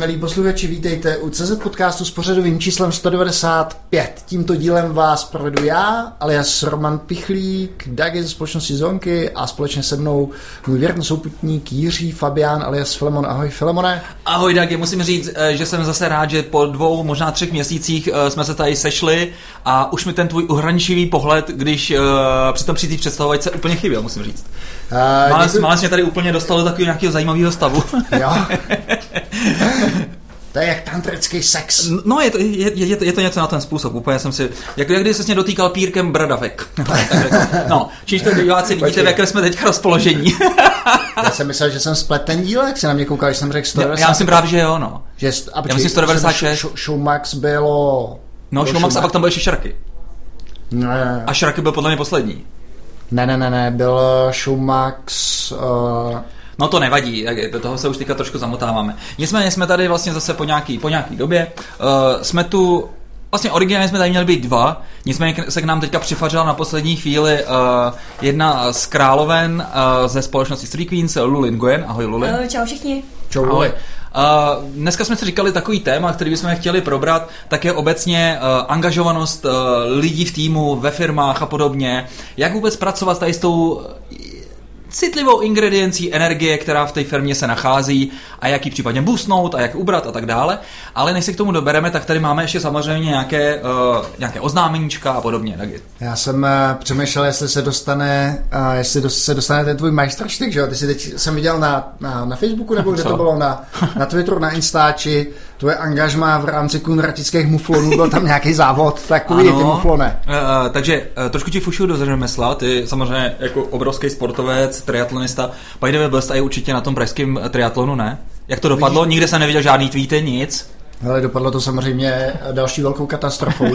Milí posluchači, vítejte u CZ podcastu s pořadovým číslem 195. Tímto dílem vás provedu já, alias Roman Pichlík, Dagi ze společnosti Zonky a společně se mnou můj věrný souputník Jiří Fabián, alias Filemon. Ahoj Filemone. Ahoj Dagi, musím říct, že jsem zase rád, že po 2, možná 3 měsících jsme se tady sešli a už mi ten tvůj uhraničivý pohled, když při tom přijít představovačce úplně chyběl, musím říct. Mále mě tady úplně dostal do takového nějakého zajímavého stavu. Jo. To je jak tantrický sex. No, je to něco na ten způsob. Úplně jsem si, jak když se s mě dotýkal pírkem bradavek. No, čímž to diváci vidíte, v jakém jsme teďka rozpoložení. Já jsem myslel, že jsem splet ten díl, jak se na mě koukal, že jsem řekl 190. Já myslím právě, že jo, no. Já myslím 196. Showmax bylo... No, Showmax a pak tam byly ještě Šraky. Ne. A Šraky byl podle mě poslední. Ne, byl Showmax... No to nevadí, do toho se už teďka trošku zamotáváme. Nicméně jsme tady vlastně zase po nějaký době. Jsme tu, vlastně originálně jsme tady měli být 2, nicméně se k nám teďka přifařila na poslední chvíli jedna z královen ze společnosti Street Queens, Lulin Nguyen. Ahoj Lulin. Čau všichni. Čau. Ahoj. Dneska jsme si říkali takový téma, který bychom chtěli probrat, tak je obecně angažovanost lidí v týmu, ve firmách a podobně. Jak vůbec pracovat tady s tou citlivou ingrediencí energie, která v té firmě se nachází a jak ji případně boostnout a jak ubrat a tak dále. Ale než se k tomu dobereme, tak tady máme ještě samozřejmě nějaké oznámeníčka a podobně. Já jsem přemýšlel, jestli se dostane ten tvůj majstrštyk, že jo? Ty si teď jsem viděl na Facebooku, nebo kde to bylo, na Twitteru, na Instači, tvoje angažmá v rámci kunratických muflonů, byl tam nějaký závod, takový ty muflone. Takže trošku ti fušuju do řemesla, ty samozřejmě jako obrovský sportovec, triatlonista, by byl jsi určitě na tom pražském triatlonu, ne? Jak to dopadlo? Nikde jsem neviděl žádný tweety, nic. Hele, dopadlo to samozřejmě další velkou katastrofou.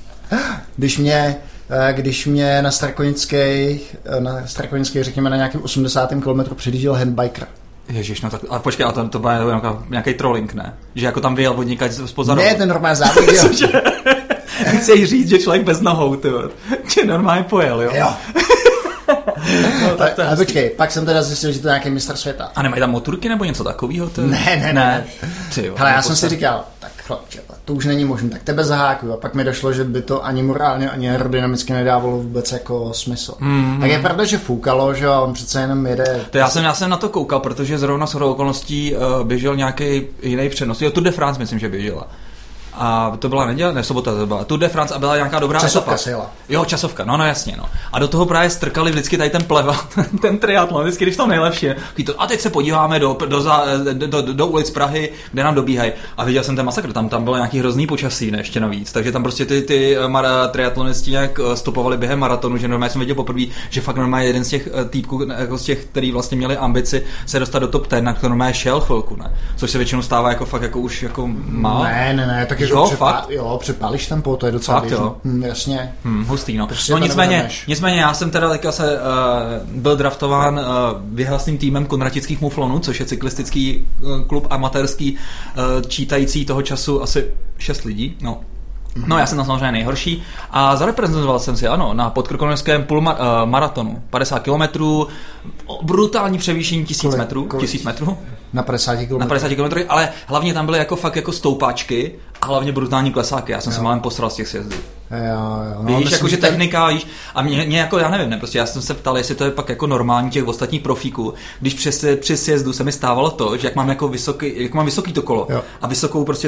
Když mě na Strakonické, řekněme na nějakém 80. kilometru předjížděl handbiker. Ježiš, no tak, ale počkej, ale to byl nějaký trolling, ne? Že jako tam vyjel od někať spozadu. Ne, ten normální závod, jo. Chci říct, že člověk bez nohou, ty že normálně pojel, jo? Jo. No, tak ale počkej, pak jsem teda zjistil, že to je nějaký mistr světa. A nemají tam motorky nebo něco takového? Ne. Hele, já jsem si podstatě. říkal, tak chlapče, to už není možné, tak tebe zahákuju. A pak mi došlo, že by to ani morálně, ani aerodynamicky nedávalo vůbec jako smysl. Tak je pravda, že foukalo, že on přece jenom jede... To já jsem na to koukal, protože zrovna shodou okolností běžel nějaký jiný přenos. Jo, Tour de France myslím, že běžela. A to byla neděle, ne sobota, to byla Tour de France a byla nějaká dobrá časovka etapa. Jo, časovka, no jasně, no. A do toho právě strkali vždycky tady ten pleva, ten triatlon, vždycky, když to nejlepší. A teď se podíváme do ulic Prahy, kde nám dobíhají. A viděl jsem ten masakr, tam bylo nějaký hrozný počasí, ne, ještě navíc. Takže tam prostě ty triatlonisti nějak stopovali během maratonu, že normálně jsem viděl poprvé, že fakt normálně jeden z těch týpků, jako z těch, který vlastně měli ambici se dostat do top 10, na to normálně šel chvilku, ne. Což se většinou stává jako fakt jako už jako málo. Ne, tak jo, fakt? Jo, přepálíš tempo, to je docela běžný. Jasně. Hustý, no. Prostě No nicméně já jsem teda teďka byl draftován vyhlasným týmem konratických muflonů, což je cyklistický klub amatérský, čítající toho času asi 6 lidí, no. No, já jsem tam samozřejmě nejhorší a zareprezentoval jsem si, ano, na podkrkonošském maratonu. 50 kilometrů, brutální převýšení 1000 metrů. 1000 metrů? Na 50 kilometrů. Na 50 kilometrů, ale hlavně tam byly jako fakt jako stoupáčky a hlavně brutální klesáky. Já jsem se málem posral z těch sjezdů. Jo. No, víš, jakože technika, víš, a mě jako, já nevím, ne, prostě já jsem se ptal, jestli to je pak jako normální těch ostatních profíků, když při sjezdu se mi stávalo to, že jak mám vysoký to kolo a vysokou prostě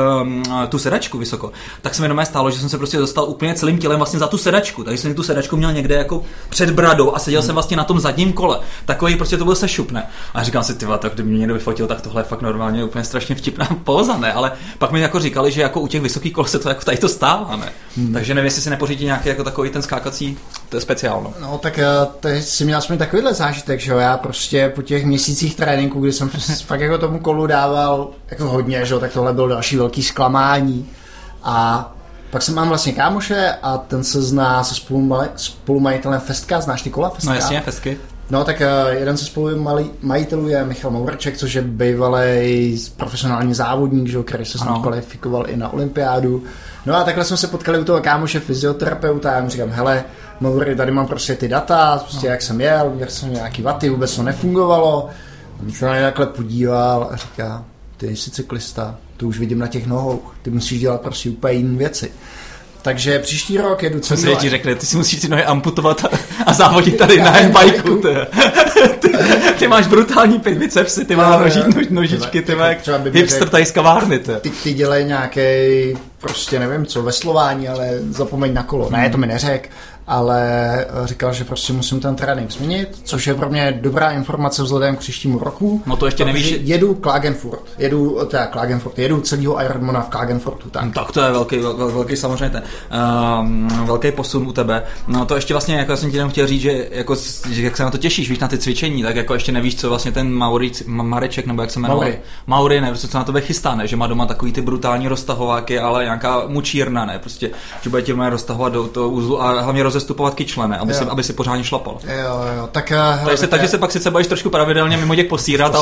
tu sedačku vysoko, tak se mi normálně stálo, že jsem se prostě dostal úplně celým tělem vlastně za tu sedačku, takže jsem tu sedačku měl někde jako před bradou a seděl jsem vlastně na tom zadním kole, takový prostě to byl sešup, ne? A říkám si, tak kdyby mě někdo vyfotil, tak tohle je fakt normálně úplně strašně vtipná póza, ne? Ale pak mi jako říkali, že jako u těch vysokých kol se to jako tady to stává, ne? Takže nevím, jestli si nepořídí nějaký jako takový ten skákací, to je speciál. No tak ty jsi měl aspoň takovýhle zážitek, že jo, já prostě po těch měsících tréninku, kdy jsem fakt jako tomu kolu dával jako hodně, že jo, tak tohle byl další velký zklamání a pak jsem mám vlastně kámoše a ten se zná se spolumajitelem Festka, znáš ty kola Festka? No jasně, Festky. No tak jeden ze spolumajitelů je Michal Mouraček, což je bývalý profesionální závodník, že, který se snad kvalifikoval i na olympiádu. No a takhle jsme se potkali u toho kámoše fyzioterapeuta a já mu říkám, hele, Mouri, tady mám prostě ty data, prostě jak jsem měl jsem nějaký vaty, vůbec to nefungovalo. On se na mě takhle podíval a říká, ty jsi cyklista, to už vidím na těch nohou, ty musíš dělat prostě úplně jiné věci. Takže příští rok jedu celý rok. Co ti řekne, ty si musíš ty nohy amputovat a závodit tady na handbajku. Ty máš brutální bicepsy, ty máš nožičky, ty máš hipster tady z kavárny. Ty dělej nějaký, prostě nevím co, veslování, ale zapomeň na kolo. Ne, to mi neřek, ale říkal, že prostě musím ten trénink změnit, což je pro mě dobrá informace vzhledem k příštímu roku. No to ještě nevíš. Jedu Klagenfurt, jedu celýho Ironmana v Klagenfurtu. Tak to je velký samozřejmě velký posun u tebe. No to ještě vlastně, jako jsem ti jenom chtěl říct, že jako, jak se na to těšíš, víš, na ty cvičení, tak jako ještě nevíš, co vlastně ten Mareček, nebo jak se jmenoval? Mauri, ne, prostě co na tebe chystá, ne, že má doma takový ty brutální roztahováky, ale nějaká mučírna, ne, prostě, že bude tě roztahovat do toho uzlu a hlavně rozestupovat kyčle, ne, aby si pořádně šlapal. Jo, tak takže se pak sice budeš trošku pravidelně mimo těch posírat,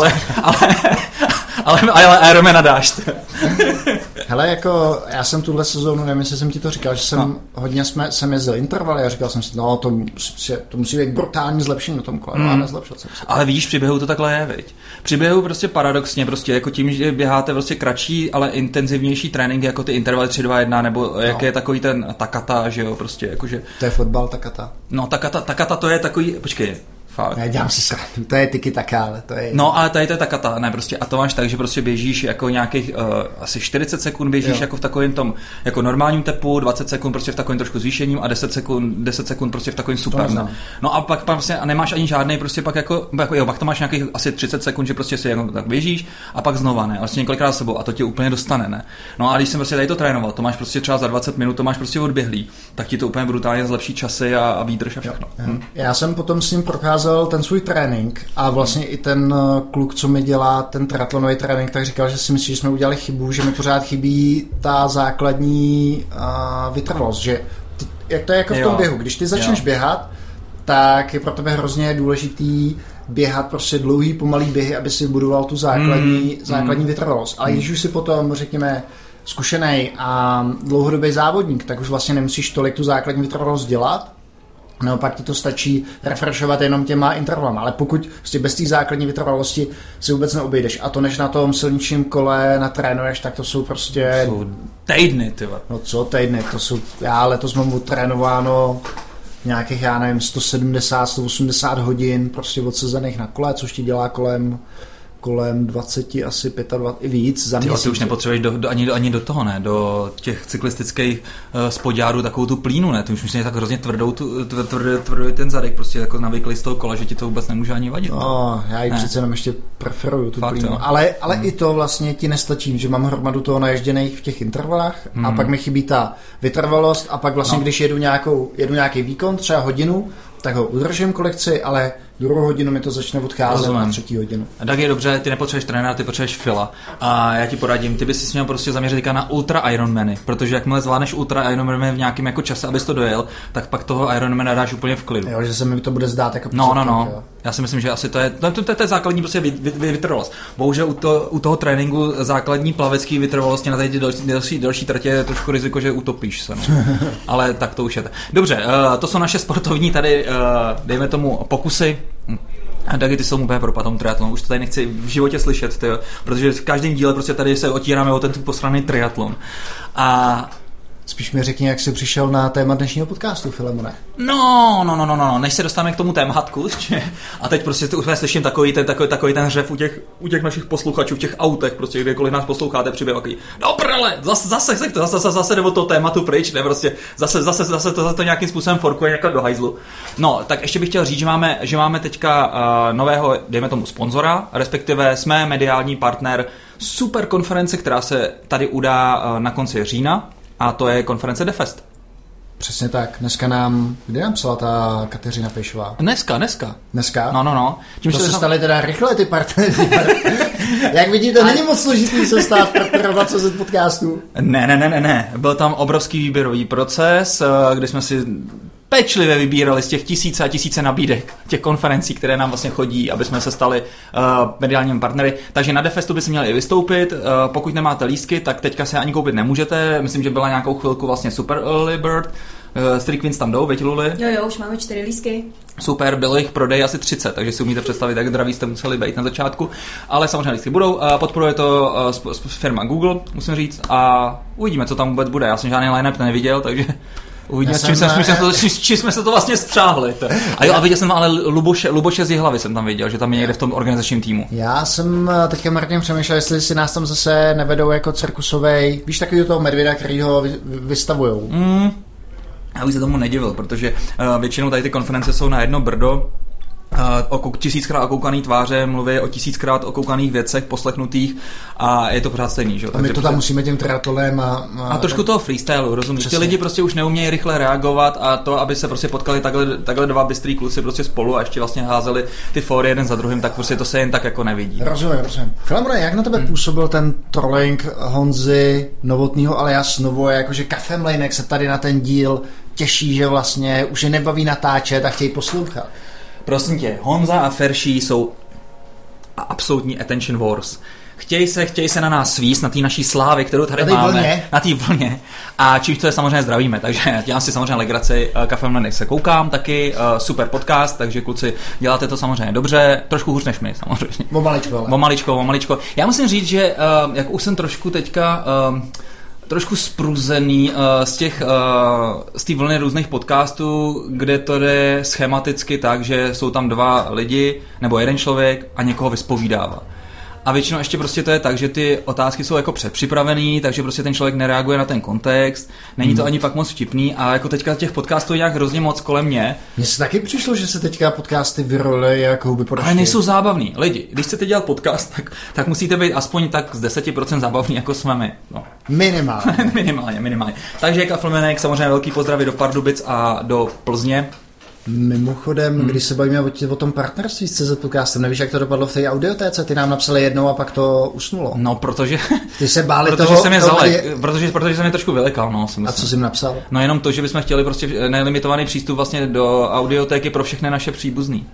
ale Ironmana dáš. Hele, jako já jsem tuhle sezónu, nevím, jestli jsem ti to říkal, že jsem hodně jsem jezdil intervaly a říkal jsem si, no to musí být brutální zlepšení na tom kole, a nezlepšil jsem se. Ale víš, při běhu to takhle je, viď? Při běhu prostě paradoxně, prostě jako tím, že běháte prostě kratší, ale intenzivnější tréninky, jako ty intervaly 3-2-1, nebo jak je takový ten takata, že jo, prostě jakože. To je fotbal takata. No takata to je takový, počkej. Fakt. Ne, dělám si srandu, to je tiki taka, ale to je... No, ale tady to je takata, ne, prostě, a to máš tak, že prostě běžíš jako nějakých asi 40 sekund běžíš jako v takovém tom, jako normálním tepu, 20 sekund prostě v takovém trošku zvýšením a 10 sekund prostě v takovém super. No a pak prostě, a nemáš ani žádnej prostě pak jako pak to máš nějakých asi 30 sekund, že prostě si jako tak běžíš a pak znova, ne, vlastně několikrát sebou a to tě úplně dostane, ne. No a když jsem prostě tady to trénoval, to máš prostě třeba za 20 minut, to máš prostě odběhlý, tak ti to úplně brutálně zlepší časy a výdrž a všechno. Já jsem potom s ním procházel ten svůj trénink a vlastně i ten kluk, co mi dělá ten triatlonový trénink, tak říkal, že si myslí, že jsme udělali chybu, že mi pořád chybí ta základní vytrvalost, že jak to je jako v tom běhu, když ty začneš běhat, tak je pro tebe hrozně důležitý běhat prostě dlouhý, pomalý běhy, aby si budoval tu základní vytrvalost. Ale když už si potom, řekněme, zkušenej a dlouhodobý závodník, tak už vlastně nemusíš tolik tu základní vytrvalost dělat. No, pak ti to stačí refreshovat jenom těma intervalama, ale pokud prostě bez té základní vytrvalosti si vůbec neobejdeš a to než na tom silničním kole natrénuješ, tak to jsou prostě... Jsou týdny, tyva. No co týdny, to jsou... Já letos mám trénováno nějakých, já nevím, 170, 180 hodin prostě odsezených na kole, což ti dělá kolem 20, asi 25 i víc za měsíc. Ty už nepotřebuješ ani do toho, ne? Do těch cyklistických spodňárů takovou tu plínu, ne? Ty už musíš tak hrozně tvrdou ten zadek, prostě jako navyklý z toho kola, že ti to vůbec nemůže ani vadit. No, já ji přece jenom ještě preferuju tu plínu. Jo. Ale i to vlastně ti nestačí, že mám hromadu toho naježděných v těch intervalách a pak mi chybí ta vytrvalost a pak vlastně, když jedu nějaký výkon, třeba hodinu, tak ho udržím kolekci, ale druhou hodinu mi to začne odcházet na třetí hodinu. Tak je dobře, ty nepotřebuješ trenéra, ty potřebuješ fila. A já ti poradím, ty bys si měl prostě zaměřit na ultra Ironmany, protože jakmile zvládneš ultra Ironmany v nějakém jako čase, abys to dojel, tak pak toho Ironmana dáš úplně v klidu. Jo, že se mi to bude zdát jako No. Já si myslím, že asi to je základní prostě vytrvalost. Bohužel u toho tréninku základní plavecký vytrvalosti na tady další tratě je trošku riziko, že utopíš se. No. Ale tak to už je. Dobře, to jsou naše sportovní tady, dejme tomu, pokusy. A taky ty jsou úplně propad tomu triatlonu. Už to tady nechci v životě slyšet, tyjo, protože v každém díle prostě tady se otíráme o ten posraný triatlon. A spíš mi řekni, jak jsi přišel na téma dnešního podcastu, Filemone. No, než se dostaneme k tomu tématku, a teď prostě úplně slyším takový ten řev u těch našich posluchačů v těch autech, prostě kdekoliv nás posloucháte, přibývá takový, no prele, zase nebo to tématu pryč, ne, prostě zase to nějakým způsobem forkuje někam do hajzlu. No, tak ještě bych chtěl říct, že máme teďka nového, dejme tomu, sponzora, respektive jsme mediální partner super konference, která se tady udá na konci října. A to je konference DeFest. Přesně tak. Kdy nám psala ta Kateřina Pejšová? Dneska. No. To se staly teda rychle ty partnery. Jak vidíte, není moc složitý se stát partnerem 20 podcastů. Ne. Byl tam obrovský výběrový proces, kde jsme si pečlivě vybírali z těch tisíce a tisíce nabídek těch konferencí, které nám vlastně chodí, aby jsme se stali mediálními partnery. Takže na DeFestu by si měli i vystoupit. Pokud nemáte lístky, tak teďka se ani koupit nemůžete. Myslím, že byla nějakou chvilku vlastně super early bird. Street Queens tam jdou, veď Luli? Jo, už máme 4 lístky. Super, bylo jich prodej asi 30, takže si umíte představit, jak draví jste museli být na začátku, ale samozřejmě lístky budou. Podporuje to firma Google, musím říct, a uvidíme, co tam vůbec bude. Já jsem žádný line-up neviděl, takže uvidíme, s čím jsme se to vlastně střáhli. A viděl jsem ale Luboše z Jihlavy jsem tam viděl, že tam je někde v tom organizačním týmu. Já jsem teďka, Martin, přemýšlel, jestli si nás tam zase nevedou jako cirkusovej, víš, takový toho medvěda, který ho vystavujou. Já bych se tomu nedivil, protože většinou tady ty konference jsou na jedno brdo, o 1000krát okoukaný tváře, mluví o 1000krát okoukaných věcech, poslechnutých a je to pořád stejný, že? A my to tam musíme tím triatlonem a trošku toho freestylu, rozumíš? Ty lidi prostě už neumějí rychle reagovat a to, aby se prostě potkali takhle dva bystrý kluci prostě spolu a ještě vlastně házeli ty fóry jeden za druhým, tak prostě to se jen tak jako nevidí. Rozumím. Filamone, jak na tebe působil ten trolling Honzy Novotnýho alias Novo, jakože Kafe Mlejnek se tady na ten díl těší, že vlastně už je nebaví natáčet a chtějí poslouchat? Prosím tě, Honza a Ferší jsou absolutní attention wars. Chtějí se na nás svíst, na té naší slávy, kterou tady máme. Na té vlně. A čímž to je samozřejmě zdravíme. Takže dělám si samozřejmě legraci. Kafe Mlejnek se koukám taky. Super podcast, takže kluci, děláte to samozřejmě dobře. Trošku hůř než my, samozřejmě. Pomaličko. Já musím říct, že jak už jsem trošku teďka... trošku spruzený z té vlny různých podcastů, kde to jde schematicky tak, že jsou tam 2 lidi nebo jeden člověk a někoho vyspovídává. A většinou ještě prostě to je tak, že ty otázky jsou jako předpřipravený, takže prostě ten člověk nereaguje na ten kontext, není to ani pak moc vtipný a jako teďka těch podcastů je nějak hrozně moc kolem mě. Mně se taky přišlo, že se teďka podcasty vyrolily jako houby po dašti. Ale nejsou zábavný. Lidi, když chcete dělat podcast, tak musíte být aspoň tak z 10% zábavný, jako jsme my. No. Minimálně. Takže Kafe Mlejnek, samozřejmě velký pozdravy do Pardubic a do Plzně. Mimochodem, když se bavíme o tom partnerství s CZ Podcastem, nevíš, jak to dopadlo v té audiotéce? Ty nám napsali jednou a pak to usnulo. No, protože... Ty se báli protože toho... Jsem je zalek, protože jsem je trošku vylekal, no. A co jsi jim napsal? No jenom to, že bychom chtěli prostě nelimitovaný přístup vlastně do audiotéky pro všechny naše příbuzný.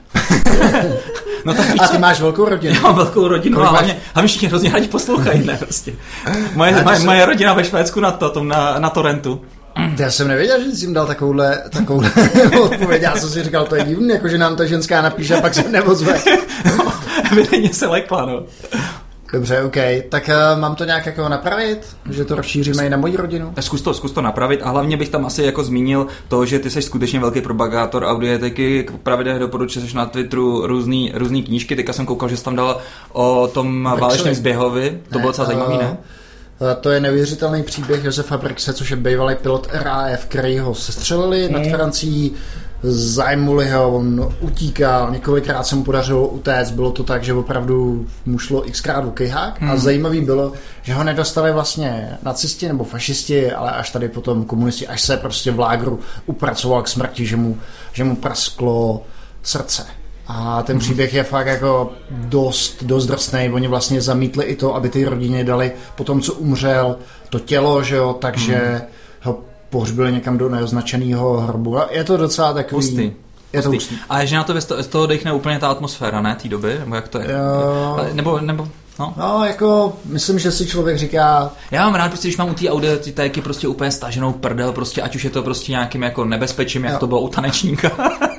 No tak a ty máš velkou rodinu. Já mám velkou rodinu a hlavně všichni hrozně rádi poslouchají, ne prostě. Moje rodina ve Švédsku na torrentu. Já jsem nevěděl, že jsi jim dal takovouhle odpověď. Já jsem si říkal, to je divný, jako že nám ta ženská napíše a pak se neozve. No, evidentně se lekla, no. Dobře, OK. Tak mám to nějak jako napravit? Že to rozšíříme i na moji rodinu? Zkus to napravit a hlavně bych tam asi jako zmínil to, že ty jsi skutečně velký propagátor audiotéky. Pravidelně doporučuješ na Twitteru různý knížky. Teďka jsem koukal, že jsi tam dal o tom válečném zběhovi. To bylo docela zajímavý, ne? To je neuvěřitelný příběh Josefa Brixe, což je bývalý pilot RAF, který ho sestřelili nad Francií, zajmuli ho, on utíkal, několikrát se mu podařilo utéct, bylo to tak, že opravdu mu šlo xkrát o kejhák a zajímavý bylo, že ho nedostali vlastně nacisti nebo fašisti, ale až tady potom komunisti, až se prostě v lágru upracoval k smrti, že mu prasklo srdce. A ten příběh je fakt jako dost drsnej. Oni vlastně zamítli i to, aby ty rodině dali po tom, co umřel, to tělo, že jo, takže ho pohřbili někam do neoznačeného hrobu. Je to docela takový... Hustý. Je to hustý. A že na to z toho dechne úplně ta atmosféra, ne, té doby? Nebo jak to je? Nebo No, jako, myslím, že si člověk říká... Já mám rád, prostě, když mám u té audiotéky prostě úplně staženou prdel, prostě, ať už je to prostě nějakým jako nebezpečím, jak to bylo u tanečníka.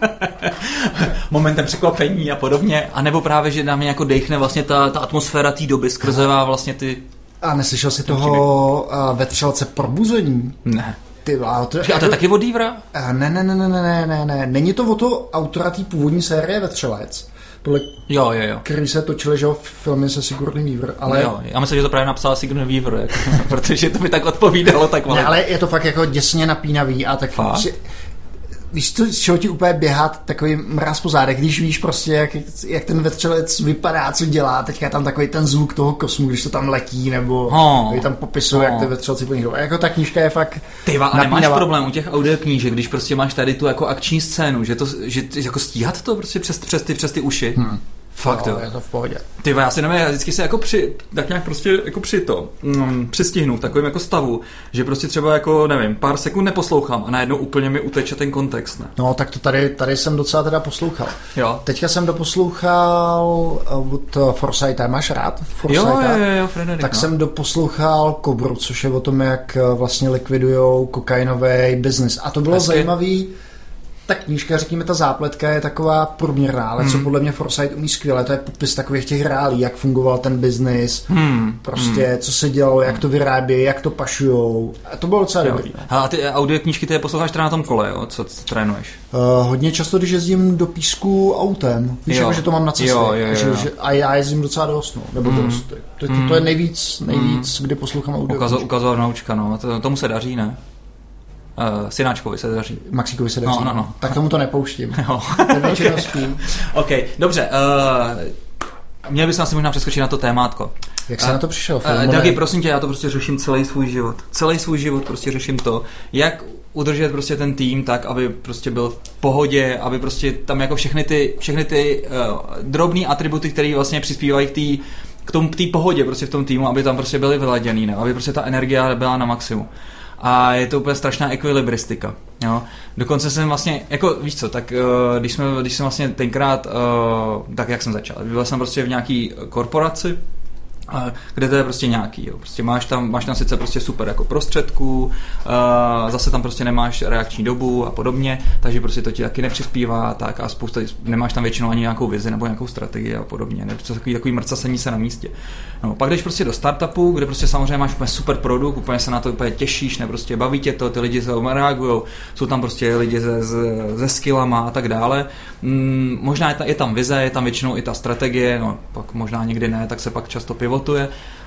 Momentem překvapení a podobně. A nebo právě, že nám jako dechne vlastně ta atmosféra té doby skrzevá vlastně ty... A neslyšel jsi toho vetřelce probuzení? Ne. A to je taky od Dívra? Ne. Není to o to autora té původní série Vetřelec. Jo. Který se točili, že v filmě se Sigourney Weaver, ale... Jo, já myslím, že to právě napsala Sigourney Weaver, jako, protože to by tak odpovídalo, tak ne, ale je to fakt jako děsně napínavý a tak víš, z čeho ti úplně běhat takový mráz po zádech, když víš prostě, jak ten vetřelec vypadá, co dělá, teďka je tam takový ten zvuk toho kosmu, když to tam letí, nebo tam popisuje, jak ty vetřelci ponížou. A jako ta knížka je fakt a nemáš problém u těch audioknížek, když prostě máš tady tu jako akční scénu, že jako stíhat to prostě přes ty uši. Fakt, jo. Je to v pohodě. Ty, já si nevím, já vždycky se jako tak nějak prostě jako přistihnu v takovém jako stavu, že prostě třeba jako, nevím, pár sekund neposlouchám a najednou úplně mi uteče ten kontext, ne? No, tak to tady jsem docela teda poslouchal. Jo. Teďka jsem doposlouchal od Forsytha, máš rád Forsytha? Jo, Frederik, tak jsem doposlouchal Kobru, což je o tom, jak vlastně likvidujou kokainový biznis. A to bylo zajímavý. Ta knížka, řekněme, ta zápletka je taková průměrná, ale co podle mě Forsyth umí skvěle, to je popis takových těch reálí, jak fungoval ten biznis, prostě co se dělalo, jak to vyrábějí, jak to pašujou. A to bylo docela dobrý. A ty audioknížky ty je posloucháš teda na tom kole, jo? Co trénuješ? Hodně často, když jezdím do Písku autem, víš, jako, že to mám na cestě. Jo. A já jezdím docela dost, no, nebo dost. To je nejvíc, kdy poslouchám audioknížky. Ukazovat naučka, no, tomu se daří, ne? Synáčkovi se daří. Maxíkovi se daří. No. Tak tomu to nepouštím. Většinou spím. OK, dobře. Měli bychom asi možná přeskočit na to témátko. Jak jsi na to přišel? Taky, prosím tě, já to prostě řeším celý svůj život. Celý svůj život prostě řeším to, jak udržet prostě ten tým tak, aby prostě byl v pohodě, aby prostě tam jako všechny ty drobné atributy, které vlastně přispívají k té pohodě prostě v tom týmu, aby tam prostě byly vyladěný, ne? Aby prostě ta energie byla na maximum. A je to úplně strašná ekvilibristika. Jo? Dokonce jsem vlastně, jako víš co, tak když jsem vlastně tenkrát, tak jak jsem začal, byl jsem prostě v nějaký korporaci, kde to je prostě nějaký, jo. Prostě máš tam sice prostě super jako prostředků, zase tam prostě nemáš reakční dobu a podobně, takže prostě to ti taky nepřispívá, tak a spousta, nemáš tam většinou ani nějakou vizi nebo nějakou strategii a podobně, ne? Takový mrcasení se na místě. No, pak jdeš prostě do startupu, kde prostě samozřejmě máš úplně super produkt, úplně se na to úplně těšíš, ne, prostě baví tě to, ty lidi se reagujou, jsou tam prostě lidi se skillama a tak dále. Možná je tam vize, je tam většinou i ta strategie, no pak možná někdy ne, tak se pak často pivotuje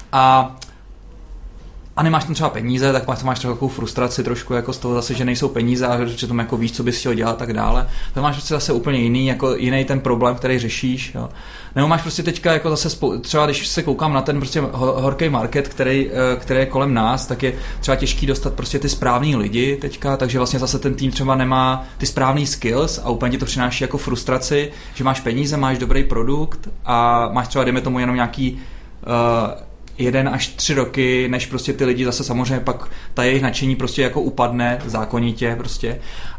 a nemáš tam třeba peníze, tak máš třeba takovou frustraci trošku jako z toho zase, že nejsou peníze a že tam jako víš, co bys chtěl dělat a tak dále. To máš prostě zase úplně jiný ten problém, který řešíš, jo. Nebo máš prostě teďka jako zase třeba když se koukám na ten prostě horký market, který je kolem nás, tak je třeba těžký dostat prostě ty správný lidi teďka, takže vlastně zase ten tým třeba nemá ty správný skills a úplně ti to přináší jako frustraci, že máš peníze, máš dobrý produkt a máš třeba dejme tomu jenom nějaký 1 až 3 roky, než prostě ty lidi zase samozřejmě pak ta jejich nadšení prostě jako upadne zákonitě prostě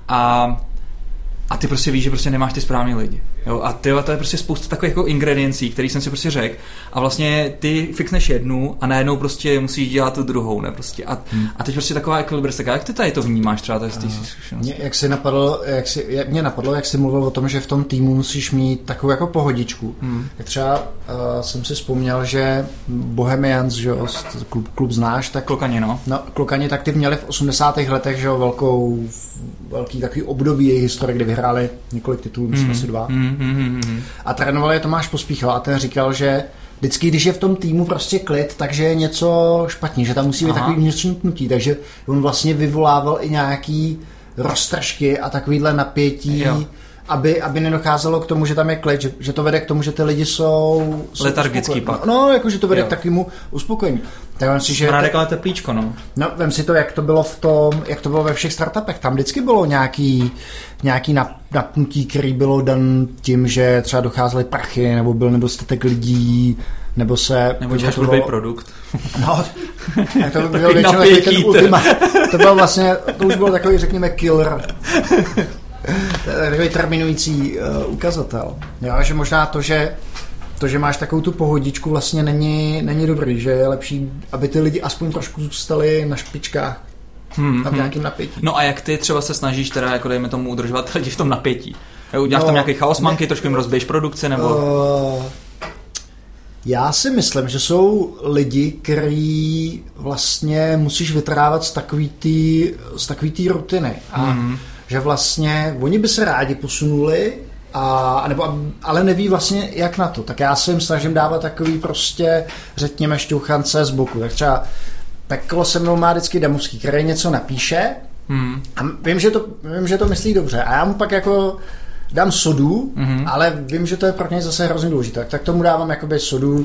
a ty prostě víš, že prostě nemáš ty správný lidi. Jo? A to je prostě spousta takových jako ingrediencí, který jsem si prostě řekl a vlastně ty fixneš jednu a najednou prostě musíš dělat tu druhou, ne prostě. A teď prostě taková ekvilibristika. Jak ty tady to vnímáš třeba z té zkušenosti? Mě napadlo, jak jsi mluvil o tom, že v tom týmu musíš mít takovou jako pohodičku. Tak třeba jsem si vzpomněl, že Bohemians, že klub znáš, tak Klokani, no. Klokani, tak ty měli v 80. letech, že velký takový období jejich historie, kdy vyhráli několik titulů, myslím asi 2. A trénovali je Tomáš Pospíchal a ten říkal, že vždycky, když je v tom týmu prostě klid, takže je něco špatně, že tam musí být takový vnitřní pnutí, takže on vlastně vyvolával i nějaký roztržky a takovýhle napětí, aby nedocházelo k tomu, že tam je klid, že to vede k tomu, že ty lidi jsou letargický pak. No, jako že to vede k takovému uspokojení. Tak vem si, že Smrádek teplíčko, no. No, vem si to, jak to bylo ve všech startupech. Tam vždycky bylo nějaký napnutí, který bylo dan tím, že třeba docházely prachy, nebo byl nedostatek lidí, nebo děláš blbý produkt. No, tak to byl většinou ten ultima. To bylo vlastně, to už bylo takový, řekněme, killer. Takový terminující ukazatel. Jo, že možná to, že máš takovou tu pohodičku, vlastně není dobrý, že je lepší, aby ty lidi aspoň trošku zůstali na špičkách a v nějakém napětí. No a jak ty třeba se snažíš teda, jako dejme tomu, udržovat lidi v tom napětí? Uděláš tam nějaký chaosmanky, trošku jim rozbiješ produkce, nebo... Já si myslím, že jsou lidi, který vlastně musíš vytrávat z takový té rutiny. A že vlastně oni by se rádi posunuli, ale neví vlastně jak na to. Tak já se jim snažím dávat takový prostě, řekněme, šťouchance z boku. Tak třeba Peklo se mnou má vždycky Damovský, který něco napíše a vím, že to myslí dobře. A já mu pak jako dám sodu, ale vím, že to je pro něj zase hrozně důležité. Tak tomu dávám jakoby sodu,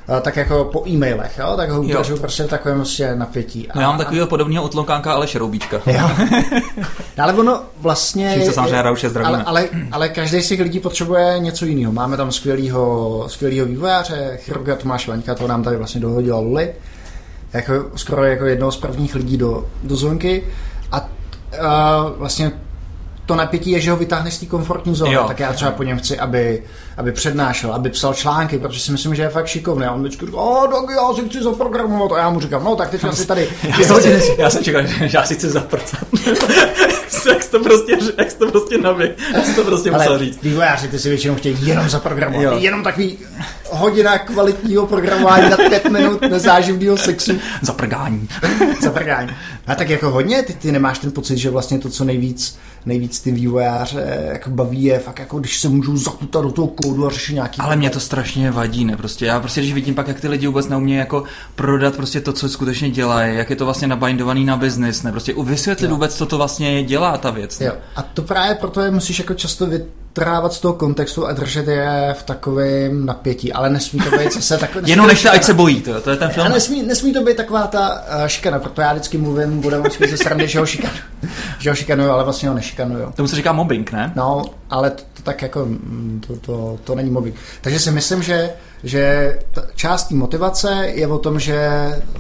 tak jako po e-mailech, jo? Tak ho udržují prostě v takovém prostě napětí. No já mám takového podobného otlokánka Aleše Roubíčka. Jo. Ale ono vlastně... Všichni se samozřejmě Rauše zdravíme. Ale každý z těch lidí potřebuje něco jiného. Máme tam skvělýho vývojáře, chirurga Tomáše Vaňka, to nám tady vlastně dohodila Luli. Jako, skoro jako jednoho z prvních lidí do zónky. A vlastně to napětí je, že ho vytáhneš z té komfortní zóny, tak já třeba po něm chci, aby přednášel, aby psal články, protože si myslím, že je fakt šikovný. A on vždycky říká, tak já si chci zaprogramovat. A já mu říkám, no tak teď asi tady... Já jsem čekal, že já si chci zaprcat. jak jsi to prostě navěk. Jak jsi to prostě musel říct. Vývojáři, ty si většinou chtějí jenom zaprogramovat. Jenom takový hodina kvalitního programování na 5 minut nezáživného sexu. Zaprgání. A tak jako hodně, ty nemáš ten pocit, že vlastně to, co nejvíc ty vývojáře jako baví, je fakt jako, když se můžou zakutat do toho kódu a řešit nějaký... Ale mě to strašně vadí, ne? Prostě já prostě, když vidím pak, jak ty lidi vůbec neumějí jako prodat prostě to, co skutečně dělají, jak je to vlastně nabindovaný na business, ne? Prostě vysvětlit vůbec, co to vlastně dělá ta věc. Jo. A to právě proto je musíš jako často vytrávat z toho kontextu a držet je v takovém napětí, ale nesmí to být zase takové... Jenom nechte, ať se bojí, to je ten film. A nesmí to být taková ta šikana, proto já vždycky mluvím, budeme ze strany, že ho šikanuju, ale vlastně ho nešikanuju. Tomu se říká mobbing, ne? No, ale to tak jako, to není mobbing. Takže si myslím, že část té motivace je o tom, že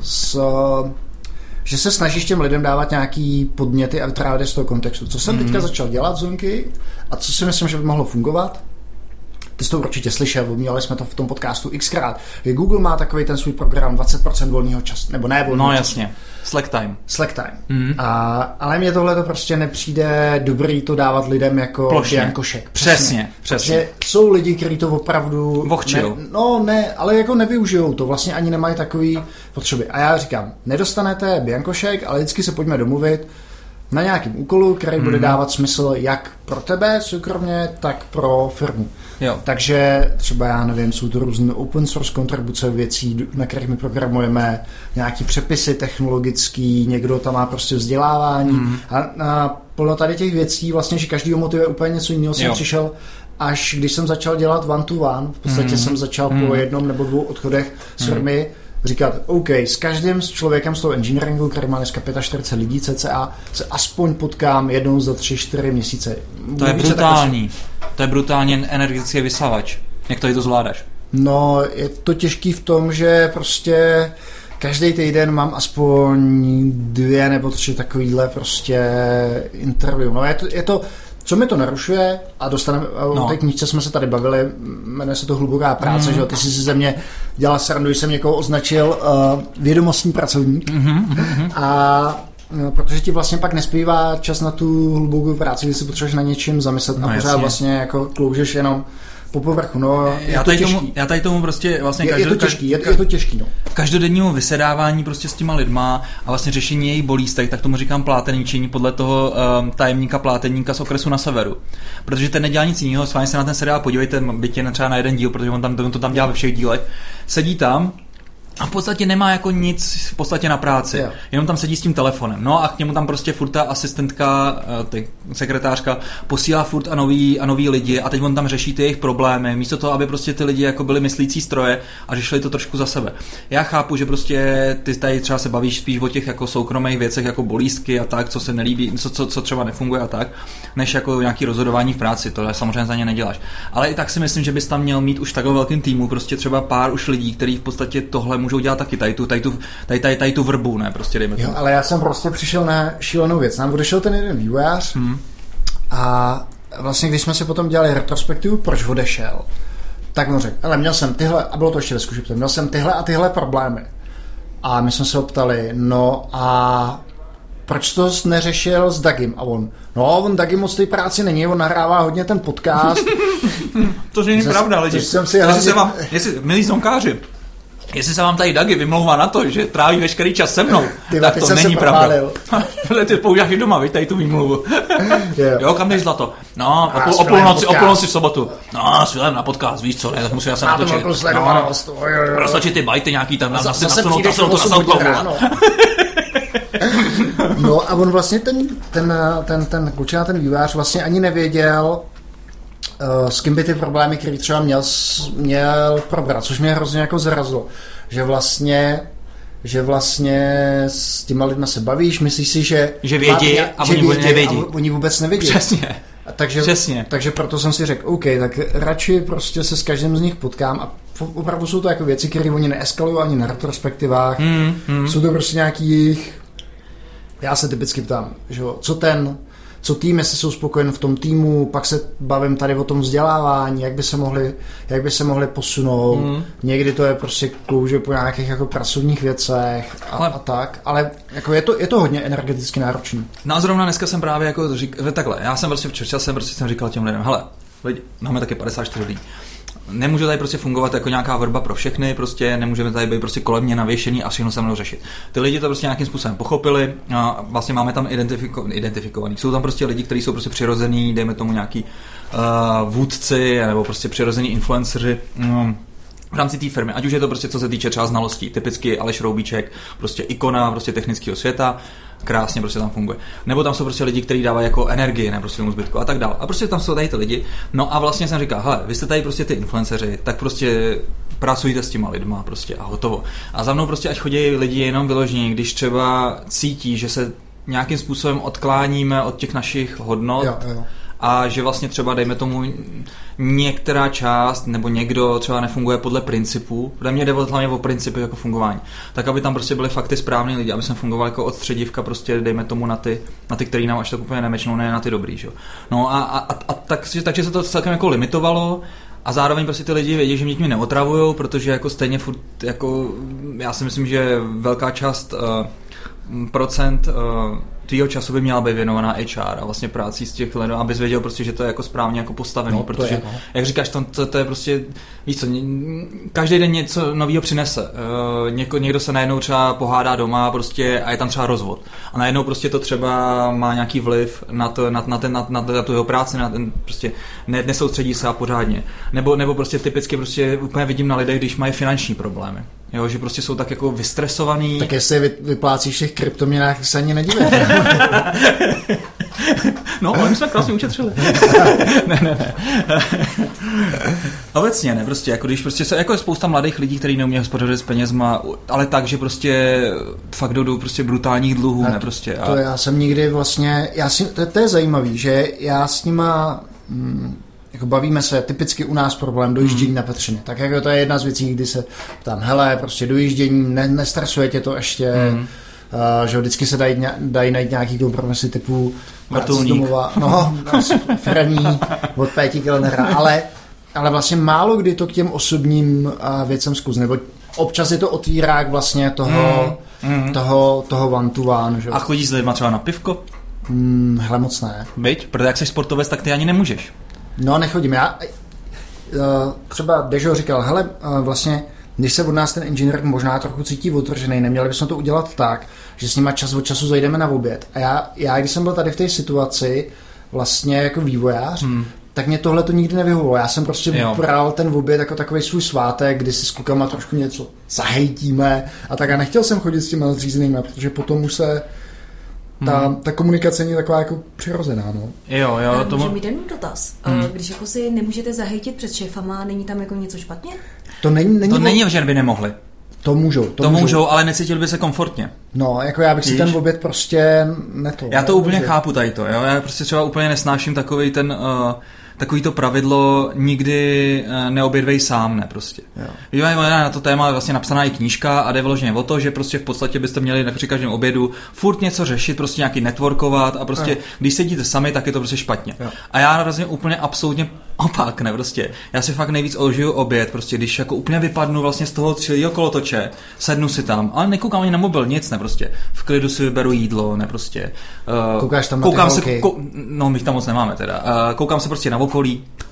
se snažíš těm lidem dávat nějaký podněty a vytrávat je z toho kontextu. Co jsem teďka začal dělat z Zonky a co si myslím, že by mohlo fungovat, ty jsi to určitě slyšel, měli jsme to v tom podcastu xkrát, že Google má takový ten svůj program 20% volného času, nebo ne volného času. No jasně, Slack time. Ale mně tohle to prostě nepřijde dobrý to dávat lidem jako biankošek. Přesně. Protože jsou lidi, kteří to opravdu... ale jako nevyužijou to, vlastně ani nemají takový potřeby. A já říkám, nedostanete biankošek, ale vždycky se pojďme domluvit na nějakým úkolu, který bude dávat smysl jak pro tebe soukromně, tak pro firmu. Jo. Takže třeba, já nevím, jsou to různé open source kontribuce věcí, na kterých my programujeme, nějaký přepisy technologický, někdo tam má prostě vzdělávání a podle tady těch věcí vlastně, že každý motivuje úplně něco jiného, jsem přišel až když jsem začal dělat one-to-one, v podstatě jsem začal po 1 nebo 2 odchodech z firmy říkat, OK, s každým člověkem z toho engineeringu, který má dneska 45 lidí cca, se aspoň potkám jednou za 3-4 měsíce. To je brutální. To je brutálně energetický vysavač. Jak to zvládáš? No, je to těžký v tom, že prostě každý týden mám aspoň 2 nebo 3 takovýhle prostě interview. No, je to co mi to narušuje, a dostaneme, o té knížce jsme se tady bavili, jmenuje se to Hluboká práce, že ty jsi si ze mě dělal srandu, když jsem někoho označil vědomostní pracovník. A protože ti vlastně pak nespívá čas na tu hlubokou práci, kdy se potřebuješ na něčím zamyslet a pořád vlastně jako kloužeš jenom po povrchu. No, já tady tomu prostě vlastně je to těžký. No. Každodennímu vysedávání prostě s těma lidma a vlastně řešení jejich bolístek, tak tomu říkám pláteníčení podle toho tajemníka pláteníka z okresu na severu. Protože ten nedělá nic jiného, s vámi se na ten seriál podívejte, byť třeba na jeden díl, protože on to tam dělá ve všech dílech. Sedí tam a v podstatě nemá jako nic v podstatě na práci. Jenom tam sedí s tím telefonem. No a k němu tam prostě furt ta asistentka, sekretářka posílá furt a nový lidi a teď on tam řeší ty jejich problémy, místo toho, aby prostě ty lidi jako byli myslící stroje a řešili to trošku za sebe. Já chápu, že prostě ty tady třeba se bavíš spíš o těch jako soukromých věcech jako bolístky a tak, co se nelíbí, co třeba nefunguje a tak, než jako nějaký rozhodování v práci, to samozřejmě za ně neděláš. Ale i tak si myslím, že bys tam měl mít už takovým velkým týmu, prostě třeba pár už lidí, kteří v podstatě tohle můžou dělat taky, tady tu vrbu, ne, prostě dejme to. Jo, ale já jsem prostě přišel na šílenou věc. Nám odešel ten jeden vývojář a vlastně, když jsme si potom dělali retrospektivu, proč odešel, tak on řekl, ale měl jsem tyhle, a bylo to ještě ve zkušebce, měl jsem tyhle a tyhle problémy. A my jsme se ho ptali, no a proč to neřešil s Dagim? A on Dagi moc té práci není, on nahrává hodně ten podcast. To není pravda, lidi. Milí zonkáři, jestli se vám tady Dagi vymlouvá na to, že tráví veškerý čas se mnou, tak to není pravda. Ty používáš i doma, viď, tady tu výmluvu. Jo, kam jdeš zlato? No, o půlnoci v sobotu. No, s Vilem na podcast, víš co, ne, tak musím se natočit. Roztočit ty bajty nějaký tam, nasunout to na SoundCloudu. No a on vlastně ten klučina, ten vývojář vlastně ani nevěděl, s kým by ty problémy, který třeba měl probrat, což mě hrozně jako zarazilo, že vlastně s těma lidma se bavíš, myslíš si, že vědí a oni vůbec nevědí. Přesně. Takže proto jsem si řekl, OK, tak radši prostě se s každým z nich potkám a opravdu jsou to jako věci, které oni neeskalují ani na retrospektivách. Jsou to prostě nějaký, já se typicky ptám, že co tým, jestli jsou spokojeni v tom týmu, pak se bavím tady o tom vzdělávání, jak by se mohli posunout. Někdy to je prostě klouže po nějakých jako pracovních věcech a tak, ale jako je to hodně energeticky náročný. No a zrovna dneska jsem právě jako říkal, takhle, já jsem prostě včera jsem říkal těm lidem, hele, lidi, máme taky 54 lidí. Nemůže tady prostě fungovat jako nějaká vrba pro všechny, prostě nemůžeme tady být prostě kolem mě navěšený a všechno se mnou řešit. Ty lidi to prostě nějakým způsobem pochopili a vlastně máme tam identifikovaný. Jsou tam prostě lidi, kteří jsou prostě přirozený, dejme tomu nějaký vůdci nebo prostě přirození influenceři v rámci té firmy, ať už je to prostě co se týče třeba znalostí, typicky Aleš Roubíček, prostě ikona prostě technického světa, krásně prostě tam funguje. Nebo tam jsou prostě lidi, kteří dávají jako energii, ne prostě zbytku a tak dále. A prostě tam jsou tady ty lidi. No a vlastně jsem říkal, hele, vy jste tady prostě ty influenceři, tak prostě pracujte s těma lidma prostě a hotovo. A za mnou prostě ať chodí lidi jenom vyložení, když třeba cítí, že se nějakým způsobem odkláníme od těch našich hodnot. Jo. A že vlastně třeba, dejme tomu, některá část nebo někdo třeba nefunguje podle principů, protože mě jde hlavně o principy jako fungování, tak aby tam prostě byly fakt ty správný lidi, aby jsem fungoval jako od středívka prostě, dejme tomu na ty který nám až tak úplně nemečnou, ne na ty dobrý, že? No a takže se to celkem jako limitovalo a zároveň prostě ty lidi vědí, že mě tím neotravujou, protože jako stejně furt, jako já si myslím, že velká část procent tvýho času by měla být věnovaná HR a vlastně práci z těch lidí, abys věděl prostě, že to je jako správně jako postavený, no, protože, je, no. Jak říkáš, to je prostě, víš co, každý den něco novýho přinese. Někdo se najednou třeba pohádá doma prostě a je tam třeba rozvod. A najednou prostě to třeba má nějaký vliv na tu jeho práci, na ten prostě nesoustředí se a pořádně. Nebo prostě typicky prostě úplně vidím na lidech, když mají finanční problémy. Jo, že prostě jsou tak jako vystresovaný. Tak jestli vyplácíš v těch kryptoměnách, se ani nedívej. No, ale my jsme krásně ušetřili. Ne. Obecně ne, prostě, jako když prostě jako je spousta mladých lidí, kteří neumějí hospodařit s penězma, ale tak, že prostě fakt jdou prostě brutálních dluhů, ne prostě. To já jsem nikdy vlastně, to je zajímavý, že já s nima jako bavíme se, typicky u nás problém dojíždění na Petřiny. Tak jako to je jedna z věcí, kdy se tam, hele, prostě dojíždění, nestresuje tě to ještě, že vždycky se dají najít nějaký kompromisy typu z domova, frení od Péti Kellnera, ale vlastně málo kdy to k těm osobním věcem zkusne, nebo občas je to otvírák vlastně toho one to one. Že? A chodíš s lidma třeba na pivko? Hele, moc ne. Byť, protože jak jsi sportovec, tak ty ani nemůžeš. No, nechodím. Já třeba Dežo říkal, hele, vlastně, když se od nás ten inženýr možná trochu cítí otržený, neměli bychom to udělat tak, že s nima čas od času zajdeme na oběd. A já když jsem byl tady v té situaci, vlastně jako vývojář, tak mě tohle to nikdy nevyhovovalo. Já jsem prostě bral ten oběd jako takový svůj svátek, kdy si s klukama trošku něco zahejtíme a tak. A nechtěl jsem chodit s těma nadřízenými, protože potom už se ta komunikace je taková jako přirozená, no. Jo, můžu mít jeden dotaz. Když jako si nemůžete zahejtit před šéfama, není tam jako něco špatně? To není, že by nemohli. To můžou, ale necítili by se komfortně. No, jako já bych si ten oběd prostě Já to úplně chápu tady to, jo. Já prostě třeba úplně nesnáším takový to pravidlo nikdy neobědvej sám, ne prostě. Jo, na to téma je vlastně napsaná i knížka a jde vyloženě o to, že prostě v podstatě byste měli při každém obědu furt něco řešit, prostě nějaký networkovat a prostě když sedíte sami, tak je to prostě špatně. Jo. A já narazím úplně absolutně opak, ne prostě. Já si fakt nejvíc užiju oběd, prostě když jako úplně vypadnu vlastně z toho celého kolotoče, sednu si tam, ale nekoukám ani na mobil, nic, ne prostě. V klidu si vyberu jídlo, ne prostě. Koukáš tam na ty holky? No, my tam moc nemáme teda. Koukám se prostě na okolí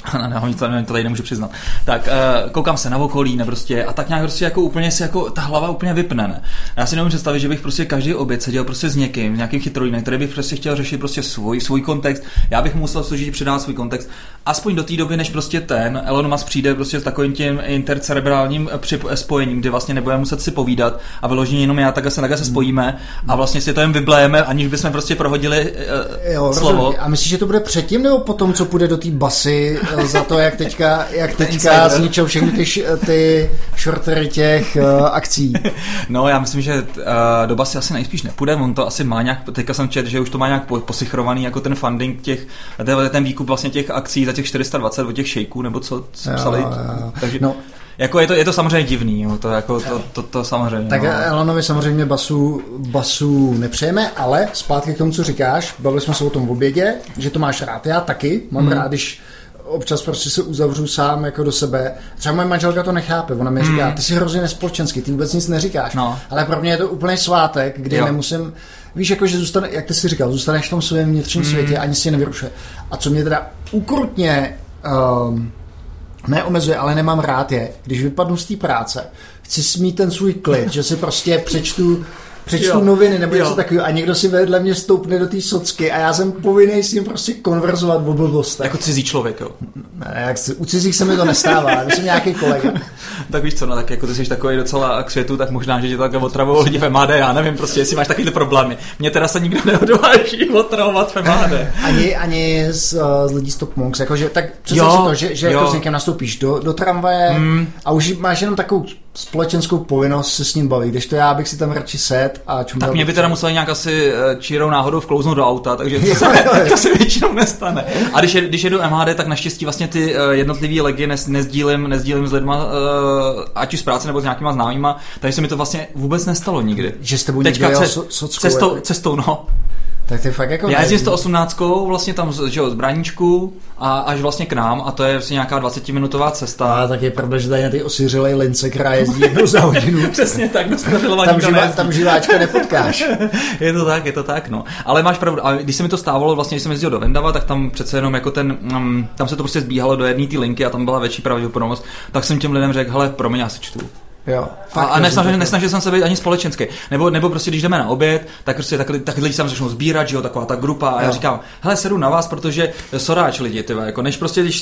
to tady nemůžu přiznat. Tak koukám se na okolí, ne prostě, a tak nějak prostě jako úplně si jako ta hlava úplně vypne, ne. Já si nemůžu představit, že bych prostě každý oběd seděl prostě s někým, nějakým chytrolínem, který bych prostě chtěl řešit prostě svůj kontext. Já bych musel složit předat svůj kontext aspoň do té doby, než prostě ten Elon Musk přijde prostě s takovým tím intercerebrálním spojením, kdy vlastně nebudeme muset si povídat a vyloženě jenom já tak se spojíme a vlastně si to jen vyblejeme, aniž bychom prostě prohodili slovo. Rozumím. A myslíš, že to bude předtím nebo potom, co půjde do té basy za to, jak teďka zničou všechny ty shortery těch akcí? No, já myslím, že do basy asi nejspíš nepůjde, on to asi má nějak, teďka jsem četl, že už to má nějak posichrovaný jako ten funding ten výkup vlastně těch akcí za těch 420 od těch šejků, nebo co psali. Takže no. Jako je to samozřejmě divný, jo, to samozřejmě. Tak Elonovi samozřejmě basu nepřejeme, ale zpátky k tomu, co říkáš, bavili jsme se o tom v obědě, že to máš rád, já taky, mám rád, když občas prostě se uzavřu sám jako do sebe. Třeba moje manželka to nechápe, ona mi říká, ty jsi hrozně nespolečenský, ty vůbec nic neříkáš, no. Ale pro mě je to úplný svátek, kdy nemusím, víš, jako že jak ty jsi říkal, zůstaneš v tom svém vnitřním světě, ani si je nevyrušuje. A co mě teda ukrutně neomezuje, ale nemám rád je, když vypadnu z té práce, chci smít ten svůj klid, že si prostě přečtu noviny nebo něco takového a někdo si vedle mě stoupne do té socky a já jsem povinný s ním prostě konverzovat o blbostech. Jako cizí člověk, jo? Ne, u cizích se mi to nestává, já jsem nějaký kolega. Tak víš co, no tak jako ty jsi takový docela k světu, tak možná, že tě takhle otravují lidi v MHD, já nevím prostě, jestli máš takovýhle problémy. Mně teda se nikdo neodváží otravovat v MHD. Ani z lidí z Top Monks, jakože tak představ si to, že jako s někým nastoupíš do tramvaje a už máš jenom takovou společenskou povinnost se s ním bavit, když to já bych si tam radši set a čuměl. Tak mě by teda museli nějak asi čirou náhodou vklouznout do auta, takže to se většinou nestane. A když jedu MHD, tak naštěstí vlastně ty jednotlivý legy nezdílím s lidma, ať už z práce nebo s nějakýma známýma, takže se mi to vlastně vůbec nestalo nikdy. Že s tebou někde cestou, no. Tak ty fakt jako já jezdím 118 vlastně tam z Bráníčku a až vlastně k nám a to je vlastně nějaká 20-minutová cesta. A tak je pravda, že tady na ty osiřelej lince, která jezdí jednou za hodinu. Přesně tak, tam živáčka nepotkáš. Je to tak, no. Ale máš pravdu, a když se mi to stávalo, vlastně když jsem jezdil do Vendava, tak tam přece jenom jako tam se to prostě zbíhalo do jedné té linky a tam byla větší pravděpodobnost, tak jsem těm lidem řekl, hele, promiň, já si čtu. Jo, a nesnažil jsem se být ani společenský. Nebo prostě když jdeme na oběd, tak prostě tak lidi se tam začnou sbírat, že jo, taková ta grupa a já říkám, hele, sedu na vás, protože soráč lidi, tyva, jako než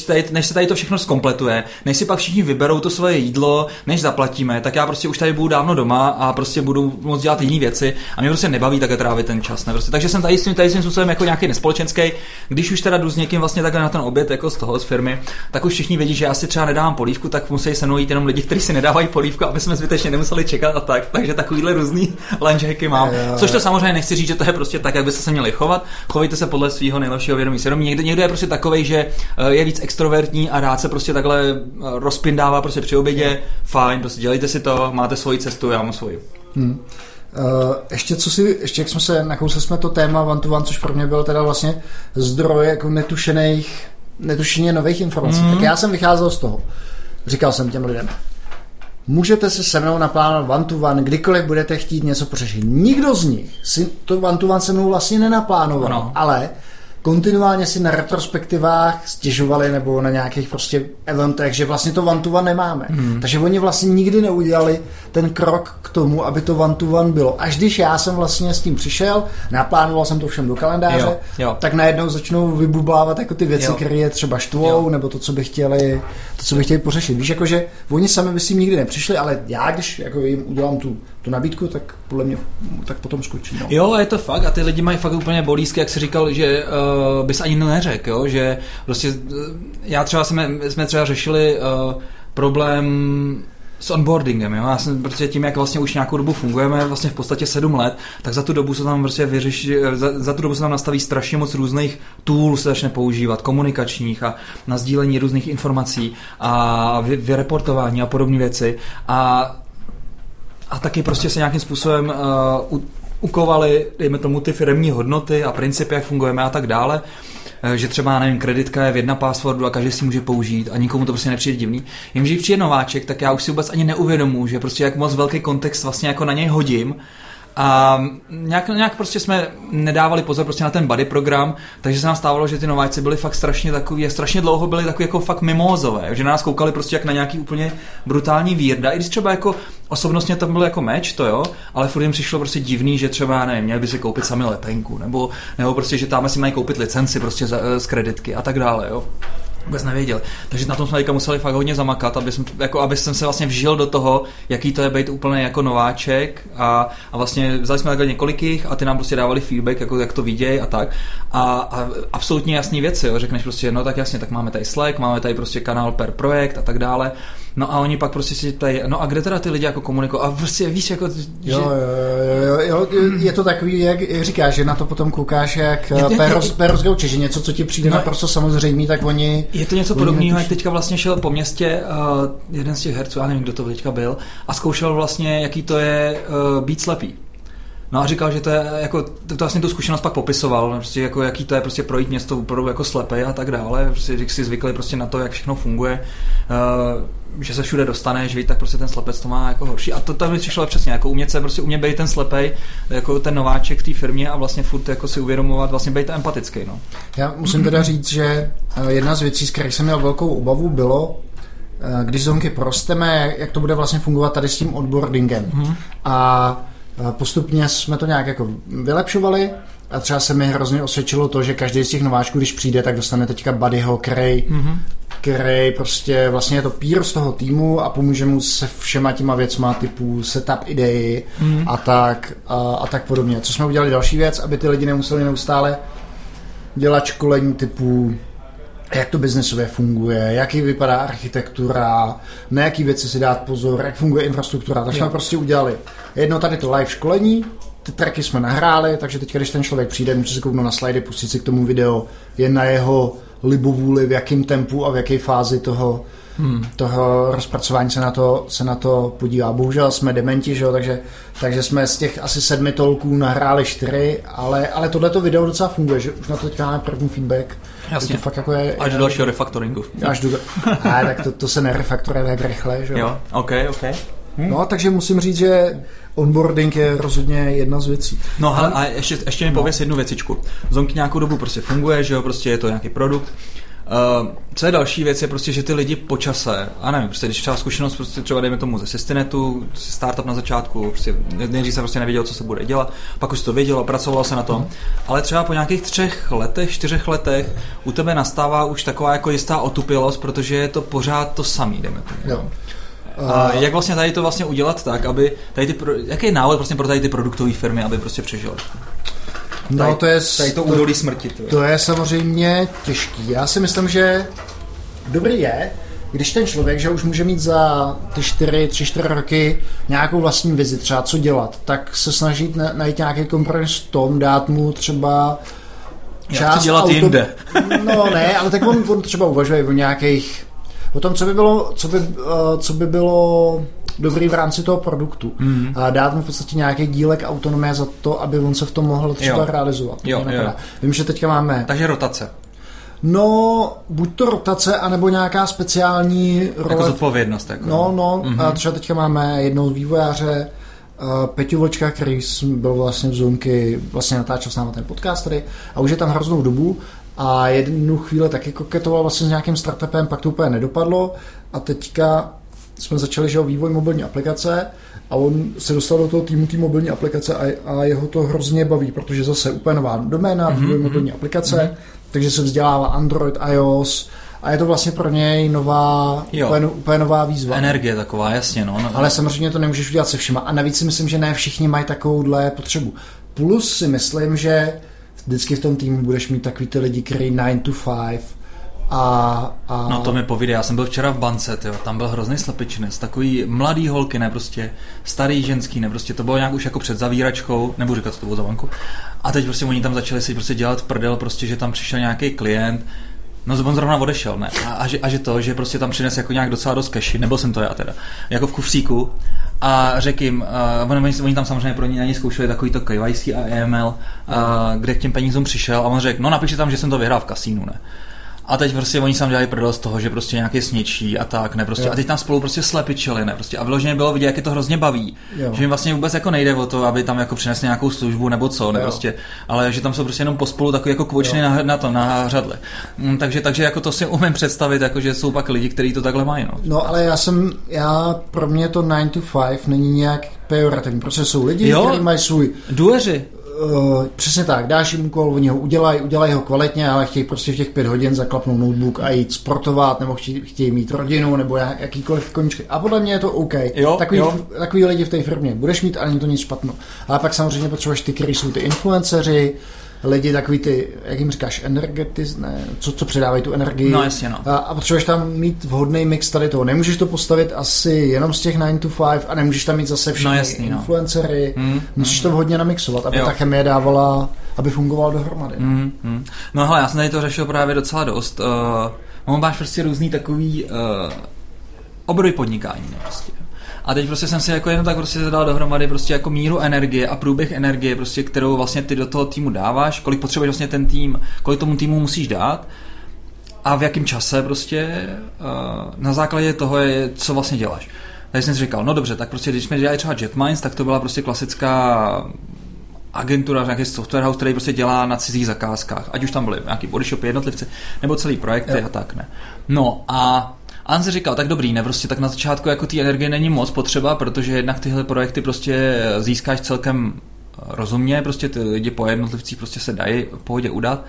se tady to všechno zkompletuje, než si pak všichni vyberou to svoje jídlo, než zaplatíme, tak já prostě už tady budu dávno doma a prostě budu moct dělat jiné věci a mě prostě nebaví takhle trávit ten čas, ne? Prostě, takže jsem tady s tím způsobem jako nějaký nespolečenský. Když už teda jdu s někým vlastně takhle na ten oběd jako z firmy, tak už všichni vědí, že já si třeba nedávám polívku, tak musí se mnou jít jenom lidi, kteří si nedávají polívku, aby jsme zbytečně nemuseli čekat a tak. Takže takovýhle různý lunchhacky mám. Což to samozřejmě nechci říct, že to je prostě tak, jak byste se měli chovat. Chovejte se podle svého nejlepšího vědomí svědomí. Někdo je prostě takovej, že je víc extrovertní a rád se prostě takhle rozpindává prostě při obědě. Fajn, prostě dělejte si to, máte svoji cestu, já mám svoji. Ještě jak jsme se nakousli jsme to téma one to one, což pro mě byl teda vlastně zdroj jako netušeně nových informací. Tak já jsem vycházel z toho. Říkal jsem těm lidem, můžete se se mnou naplánovat one to one, kdykoliv budete chtít něco pořešit. Nikdo z nich si to one to one se mnou vlastně nenaplánoval, ale kontinuálně si na retrospektivách stěžovali nebo na nějakých prostě eventech, že vlastně to one to one nemáme. Takže oni vlastně nikdy neudělali ten krok k tomu, aby to one to one bylo. Až když já jsem vlastně s tím přišel, naplánoval jsem to všem do kalendáře, tak najednou začnou vybublávat jako ty věci, které je třeba štvou, nebo to, co by chtěli pořešit. Víš, jakože oni sami by s tím nikdy nepřišli, ale já, když jako jim udělám tu nabídku, tak podle mě tak potom skočí. No. Jo, je to fakt a ty lidi mají fakt úplně bolízky, jak jsi říkal, že bys ani neřekl, jo, že prostě já třeba jsme třeba řešili problém s onboardingem, jo. Já jsem prostě tím, jak vlastně už nějakou dobu fungujeme, vlastně v podstatě 7 let, tak za tu dobu se tam prostě za tu dobu se tam nastaví strašně moc různých tools, se začne používat, komunikačních a na sdílení různých informací a vyreportování a podobné věci a taky prostě se nějakým způsobem ukovali, dejme tomu, ty firemní hodnoty a principy, jak fungujeme a tak dále, že třeba, nevím, kreditka je v jedna passwordu a každý si může použít a nikomu to prostě nepřijde divný. Jenže když přijde nováček, tak já už si vůbec ani neuvědomuji, že prostě jak moc velký kontext vlastně jako na něj hodím A nějak prostě jsme nedávali pozor prostě na ten buddy program, takže se nám stávalo, že ty nováčci byli fakt strašně takový, strašně dlouho byli takový jako fakt mimózové, že na nás koukali prostě jak na nějaký úplně brutální výrda, i když třeba jako osobnostně to bylo jako meč, to jo, ale furt jim přišlo prostě divný, že třeba, nevím, měli by si koupit sami letenku, nebo prostě, že tam si mají koupit licenci prostě z kreditky a tak dále, jo. Vůbec nevěděl. Takže na tom jsme museli fakt hodně zamakat, aby jsem se vlastně vžil do toho, jaký to je být úplně jako nováček a vlastně vzali jsme takhle několikých a ty nám prostě dávali feedback, jako jak to vidějí a tak. A absolutně jasný věci, jo. Řekneš prostě, no tak jasně, tak máme tady Slack, máme tady prostě kanál per projekt a tak dále. No a oni pak prostě si tady, no a kde teda ty lidi jako komunikují? A prostě víš, jako... Že... Jo, je to takový, jak říkáš, že na to potom koukáš jak per rozgouče, že něco, co ti přijde naprosto samozřejmý, tak oni... Je to něco podobného, jak teďka vlastně šel po městě jeden z těch herců, já nevím, kdo to teďka byl, a zkoušel vlastně, jaký to je být slepý. No a říkal, že to je jako, to vlastně tu zkušenost pak popisoval, prostě jako jaký to je prostě projít město opravdu jako slepej a tak dále, prostě když si zvykli prostě na to, jak všechno funguje, že se všude dostaneš, víš, tak prostě ten slepec to má jako horší. A to tam mi přišlo přesně, jako umět být ten slepej, jako ten nováček v té firmě a vlastně furt jako si uvědomovat, vlastně být empatický, no. Já musím teda říct, že jedna z věcí, z kterých jsem měl velkou obavu, bylo, když zónky porosteme, jak to bude vlastně fungovat tady s tím onboardingem. A postupně jsme to nějak jako vylepšovali a třeba se mi hrozně osvědčilo to, že každý z těch nováčků, když přijde, tak dostane teďka buddyho, který prostě vlastně je to peer z toho týmu a pomůže mu se všema těma věcma typu setup idei a tak podobně. Co jsme udělali další věc, aby ty lidi nemuseli neustále dělat školení typu jak to biznesově funguje, jaký vypadá architektura, na jaký věci si dát pozor, jak funguje infrastruktura. Tak jsme prostě udělali jedno tady to live školení, ty tracky jsme nahráli, takže teď, když ten člověk přijde, může si kouknout na slidy, pustit si k tomu video, je na jeho libovůli, v jakém tempu a v jaké fázi toho rozpracování se na to podívá. Bohužel jsme dementi, že jo, takže jsme z těch asi 7 tolků nahráli 4, ale tohleto video docela funguje, že už na to teďka máme první feedback. Jasně. To fakt jako je, až do dalšího refaktoringu. Tak to se nerefaktoruje tak rychle, že jo. Jo, ok. No, takže musím říct, že onboarding je rozhodně jedna z věcí. No hele, a ještě mi pověz jednu věcičku. Zonky nějakou dobu prostě funguje, že jo, prostě je to nějaký produkt. Co je další věc, je prostě, že ty lidi po čase, a nevím, prostě když třeba zkušenost, prostě třeba dejme tomu ze Systinetu, startup na začátku, prostě nejdřív jsem prostě nevěděl, co se bude dělat, pak už to vědělo, pracovalo se na tom, ale třeba po nějakých 4 letech u tebe nastává už taková jako jistá otupělost, protože je to pořád to samý, dejme tomu. Jo. A jak vlastně tady to vlastně udělat tak, aby tady jaký je návod prostě pro tady ty produktové firmy, aby prostě přežily? No, tady to údolí smrti. To je samozřejmě těžký. Já si myslím, že dobrý je, když ten člověk, že už může mít za ty 3-4 roky nějakou vlastní vizi, třeba co dělat, tak se snažit najít nějaký kompromis v tom, dát mu třeba část chci dělat jinde. No ne, ale tak on třeba uvažuje o tom, co by bylo dobrý v rámci toho produktu. A dát mu v podstatě nějaký dílek autonomie za to, aby on se v tom mohl třeba realizovat. Jo. Vím, že teďka máme... Takže rotace. No, buď to rotace, anebo nějaká speciální role. Jako zodpovědnost. Jako. A třeba teďka máme jednoho vývojáře, Peťu Vočka, který byl vlastně v Zónky, vlastně natáčel s námi ten podcast tady a už je tam hroznou dobu a jednu chvíli taky koketoval vlastně s nějakým startupem, pak to úplně nedopadlo a teďka jsme začali, že vývoj mobilní aplikace a on se dostal do toho týmu té mobilní aplikace a jeho to hrozně baví, protože zase úplně nová doména, vývoj mobilní aplikace, takže se vzdělává Android, iOS a je to vlastně pro něj úplně nová výzva. Energie taková, jasně. No. Ale samozřejmě to nemůžeš udělat se všema a navíc si myslím, že ne všichni mají takovouhle potřebu. Plus si myslím, že vždycky v tom týmu budeš mít takový ty lidi, který 9 to 5 No to mi povídej, já jsem byl včera v bance, tyjo, tam byl hrozný slepičinec, takový mladý holky, ne prostě starý ženský, ne prostě to bylo nějak už jako před zavíračkou, nebudu říkat, co to bylo za banku. A teď prostě oni tam začali si prostě dělat prdel, prostě, že tam přišel nějaký klient, no on zrovna odešel, ne? A že prostě tam přines jako nějak docela dost cashi, nebyl jsem to já teda, jako v kufříku. A řekl jim, oni tam samozřejmě pro něj zkoušeli takovýto KYC a EML, kde k těm penízům přišel a on řekl, no napište tam, že jsem to vyhrál v kasínu, ne? A teď prostě oni sám dělají prdel z toho, že prostě nějaký sněčí a tak, ne prostě. A teď tam spolu prostě slepičili, ne prostě. A vyloženě bylo vidět, jak je to hrozně baví. Že jim vlastně vůbec jako nejde o to, aby tam jako přinesli nějakou službu nebo co, ne prostě. Ale že tam jsou prostě jenom pospolu takový jako kvočny na řadle. Takže jako to si umím představit, jako že jsou pak lidi, kteří to takhle mají, no. No, ale pro mě to 9 to 5 není nějak pejorativní. Prostě jsou lidi, kteří mají svůj důleři. Přesně tak, dáš jim úkol, oni ho udělají ho kvalitně, ale chtějí prostě v těch 5 hodin zaklapnout notebook a jít sportovat, nebo chtějí mít rodinu, nebo jakýkoliv koníčky. A podle mě je to OK. Takový lidi v té firmě budeš mít, ale není to nic špatno. Ale pak samozřejmě potřebuješ ty, kteří jsou ty influenceři, lidi takový ty, jak jim říkáš, co předávají tu energii. No jasně, no. A potřebuješ tam mít vhodný mix tady toho. Nemůžeš to postavit asi jenom z těch 9 to 5 a nemůžeš tam mít zase všechny influencery. Musíš to vhodně namixovat, aby ta chemie dávala, aby fungovala dohromady. No hele, já jsem tady to řešil právě docela dost. Máš prostě různý takový obory podnikání prostě. A teď prostě jsem si jako jenom tak prostě zadal dohromady prostě jako míru energie a průběh energie, prostě, kterou vlastně ty do toho týmu dáváš, kolik potřebuješ vlastně ten tým, kolik tomu týmu musíš dát a v jakém čase prostě na základě toho je, co vlastně děláš. Takže jsem si říkal, no dobře, tak prostě když jsme dělali třeba Jetminds, tak to byla prostě klasická agentura, nějaký software house, který prostě dělá na cizích zakázkách, ať už tam byly nějaký bodyshopy, jednotlivci, nebo celý projekty a tak, ne. No a on si říkal, tak dobrý, ne, prostě tak na začátku jako té energie není moc potřeba, protože jednak tyhle projekty prostě získáš celkem rozumně, prostě ty lidi po jednotlivcích prostě se dají v pohodě udat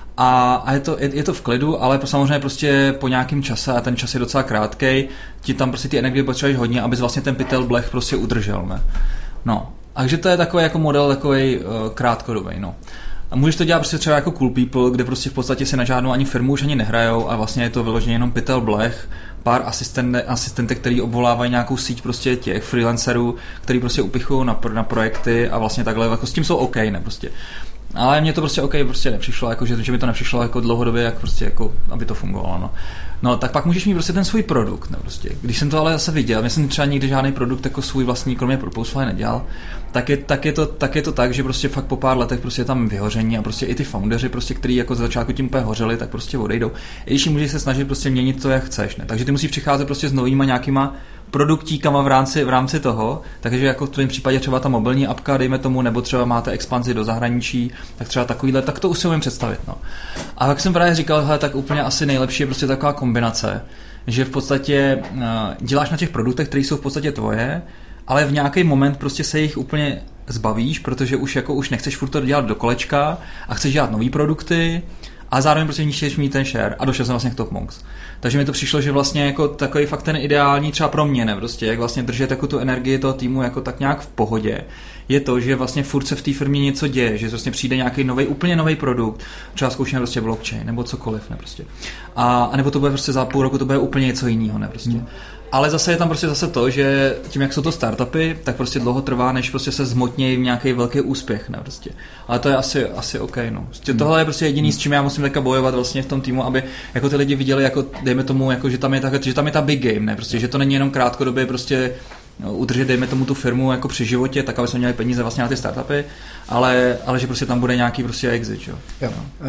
a je to v klidu, ale samozřejmě prostě po nějakém čase, a ten čas je docela krátkej, ti tam prostě ty energie potřebuješ hodně, abys vlastně ten pytel blech prostě udržel, ne. No, takže to je takový jako model takovej krátkodobý, no. A můžeš to dělat prostě třeba jako Cool People, kde prostě v podstatě si na žádnou ani firmu už ani nehrajou a vlastně je to vyloženě jenom pytel blech, pár asistentek, který obvolávají nějakou síť prostě těch freelancerů, který prostě upichují na projekty a vlastně takhle jako s tím jsou OK, ne prostě. Ale mně to prostě OK prostě nepřišlo, jako, že mi to nepřišlo jako dlouhodobě, jak prostě jako, aby to fungovalo, no. No, tak pak můžeš mít prostě ten svůj produkt, ne prostě. Když jsem to ale zase viděl, já jsem třeba nikdy žádný produkt jako svůj vlastní, kromě Proposefly nedělal, tak je to tak, že prostě fakt po pár letech prostě je tam vyhoření a prostě i ty foundeři, prostě, který jako za začátku tím úplně hořeli, tak prostě odejdou. I když můžeš se snažit prostě měnit to, jak chceš, ne. Takže ty musíš přicházet prostě s novýma nějakýma produktíkama v rámci toho, takže jako v tvém případě třeba ta mobilní apka, dejme tomu, nebo třeba máte expanzi do zahraničí, tak třeba takovýhle, tak to už si umím představit, no. A jak jsem právě říkal, hele, tak úplně asi nejlepší je prostě taková kombinace, že v podstatě děláš na těch produktech, které jsou v podstatě tvoje, ale v nějaký moment prostě se jich úplně zbavíš, protože už nechceš furt to dělat do kolečka a chceš dělat nový produkty a zároveň prostě chceš mít ten share a došel jsem vlastně k Top Monks. Takže mi to přišlo, že vlastně jako takový fakt ten ideální třeba pro mě, ne, prostě, jak vlastně držet jako tu energii toho týmu jako tak nějak v pohodě, je to, že vlastně furt se v té firmě něco děje, že vlastně přijde nějaký úplně nový produkt, třeba zkoušíme prostě blockchain nebo cokoliv, ne, prostě. A nebo to bude prostě za půl roku to bude úplně něco jiného, ne, prostě. Ale zase je tam prostě to, že tím, jak jsou to startupy, tak prostě dlouho trvá, než prostě se zmotnějí v nějaký velký úspěch, ne, prostě. Ale to je asi OK, no. Prostě tohle je prostě jediný, s čím já musím teďka bojovat vlastně v tom týmu, aby jako ty lidi viděli, jako dejme tomu, jako že tam je ta big game, ne, prostě, že to není jenom krátkodobě prostě udržet, dejme tomu, tu firmu jako při životě, tak aby jsme měli peníze vlastně na ty startupy, ale že prostě tam bude nějaký prostě exit, jo.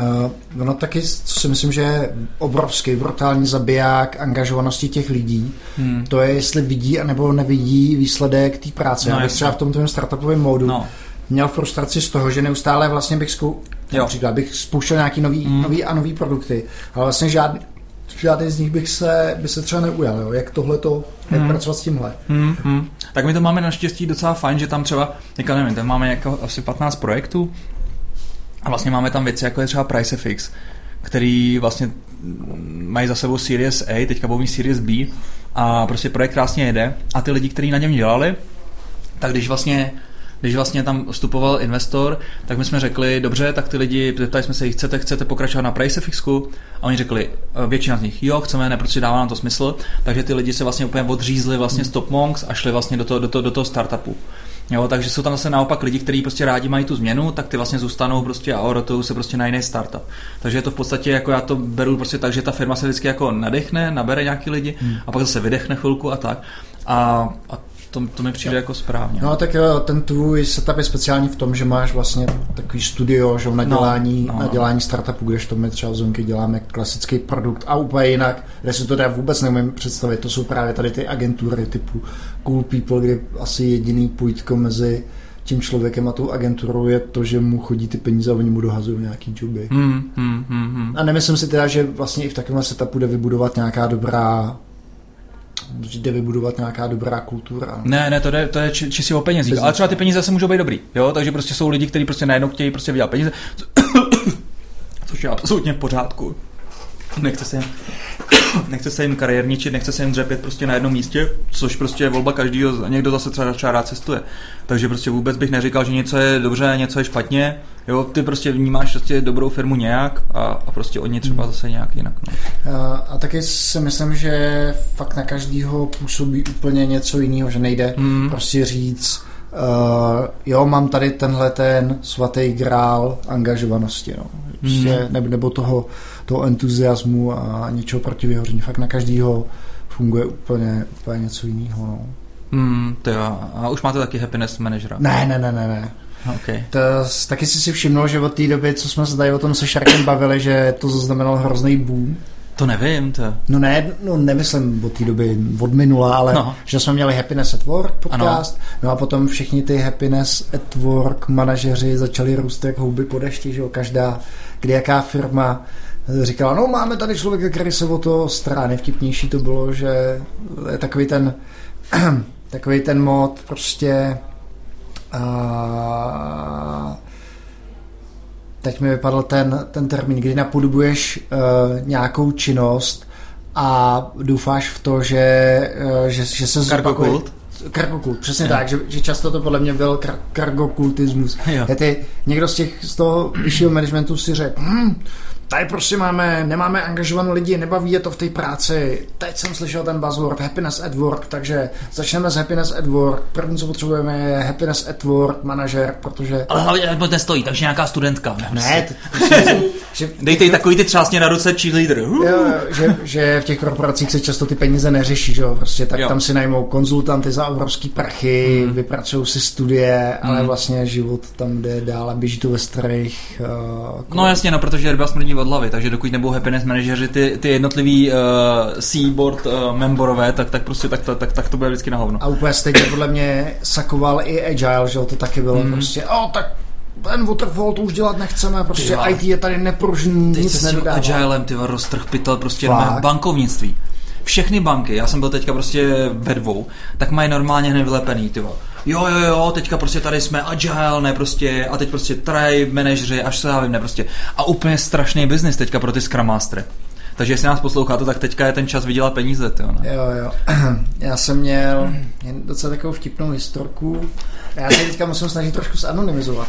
Ono taky, co si myslím, že je obrovský, brutální zabiják angažovanosti těch lidí, to je, jestli vidí anebo nevidí výsledek té práce. No, já bych třeba v tom tvém startupovém módu měl frustraci z toho, že neustále vlastně bych spouštěl nějaký nový produkty, ale vlastně žádný z nich by se třeba neujal, jo? Jak tohleto, jak pracovat s tímhle. Tak my to máme naštěstí docela fajn, že tam třeba, nevím, tam máme jako asi 15 projektů a vlastně máme tam věci, jako je třeba PriceFX, který vlastně mají za sebou Series A, teďka budou mít Series B a prostě projekt krásně jede a ty lidi, kteří na něm dělali, tak když vlastně tam vstupoval investor, tak my jsme řekli, dobře, tak ty lidi, zeptali jsme se jich, chcete pokračovat na PriceFXku? A oni řekli, většina z nich, jo, chceme, ne, protože dává nám to smysl, takže ty lidi se vlastně úplně odřízli vlastně z Top Monks a šli vlastně do toho startupu. Jo, takže jsou tam zase naopak lidi, kteří prostě rádi mají tu změnu, tak ty vlastně zůstanou prostě a orientují se prostě na jiný startup. Takže je to v podstatě, jako já to beru prostě tak, že ta firma se vždycky jako nadechne, nabere nějaký lidi a pak zase vydechne chvilku a tak. A to mi přijde jako správně. No tak ten tvůj setup je speciální v tom, že máš vlastně takový studio, že na dělání startupu, kdežto my třeba Zonky děláme klasický produkt a úplně jinak, kde si to vůbec neumím představit. To jsou právě tady ty agentury typu Cool People, kdy asi jediný pojítko mezi tím člověkem a tou agenturou je to, že mu chodí ty peníze a oni mu dohazují nějaký joby. A nemyslím si teda, že vlastně i v takovém setupu jde vybudovat nějaká dobrá kultura. Ne, to je čistě o penězích. Ale třeba ty peníze se můžou být dobrý, jo? Takže prostě jsou lidi, kteří prostě najednou chtějí prostě vydělat peníze, což je absolutně v pořádku. Nechce se jim kariérničit, nechce se jim dřepět prostě na jednom místě, což prostě je volba každýho, někdo zase třeba rád cestuje. Takže prostě vůbec bych neříkal, že něco je dobře, něco je špatně. Jo, ty prostě vnímáš prostě dobrou firmu nějak a prostě oni třeba zase nějak jinak. No. A taky si myslím, že fakt na každýho působí úplně něco jiného, že nejde prostě říct jo, mám tady tenhle ten svatý grál angažovanosti, no. Prostě, nebo toho entuziasmu a něčeho proti vyhoření. Fakt na každýho funguje úplně něco jiného, no. To jo. A už máte taky happiness managera? Ne. Okay. Taky jsi si všiml, že od té doby, co jsme se tady o tom se Šarkem bavili, že to zaznamenalo hrozný boom. To nevím, to. No nemyslím od té doby, od minula, ale že jsme měli Happiness at Work podcast, no a potom všichni ty Happiness at Work manažeři začali růst jak houby po dešti, že jo, jaká firma říkala, no máme tady člověka, který se o to stará. Nejvtipnější to bylo, že je takový ten mod prostě teď mi vypadl ten termín, kdy napodobuješ nějakou činnost a doufáš v to, že se zopakuje. Kargokult, přesně tak, že často to podle mě byl kargokultismus. Někdo z toho vyššího managementu si řekl, tady prostě nemáme angažované lidi, nebaví je to v té práci. Teď jsem slyšel ten buzzword Happiness at Work, takže začneme s Happiness at Work. První, co potřebujeme, je Happiness at Work manažer, protože... Ale hlavně nestojí, takže nějaká studentka. Ne, dejte jí takový ty třásně na ruce cheerleader. Že v těch korporacích se často ty peníze neřeší, že jo, prostě tak tam si najmou konzultanty za obrovský prachy, vypracují si studie, ale vlastně život tam jde dál a běží to ve starých... No jasně, no, protože ryba smrdí od hlavy, takže dokud nebudou happiness manažeři ty jednotlivý C-board memberové, tak prostě tak to bude vždycky na hovno. A úplně stejně podle mě sakoval i Agile, že to taky bylo prostě, tak ten waterfall to už dělat nechceme, prostě IT je tady nepružný, nic nedodává. Agilem, roztrh pytel prostě v bankovnictví. Všechny banky, já jsem byl teďka prostě ve dvou, tak mají normálně hned vylepený, jo, teďka prostě tady jsme agile, ne prostě, a teď prostě try manažeři, až se dávím, ne prostě. A úplně strašný biznis teďka pro ty Scrum Mastery. Takže jestli nás posloucháte, tak teďka je ten čas vydělat peníze, ne? Jo. Já jsem měl docela takovou vtipnou historku. Já se teďka musím snažit trošku zanonymizovat.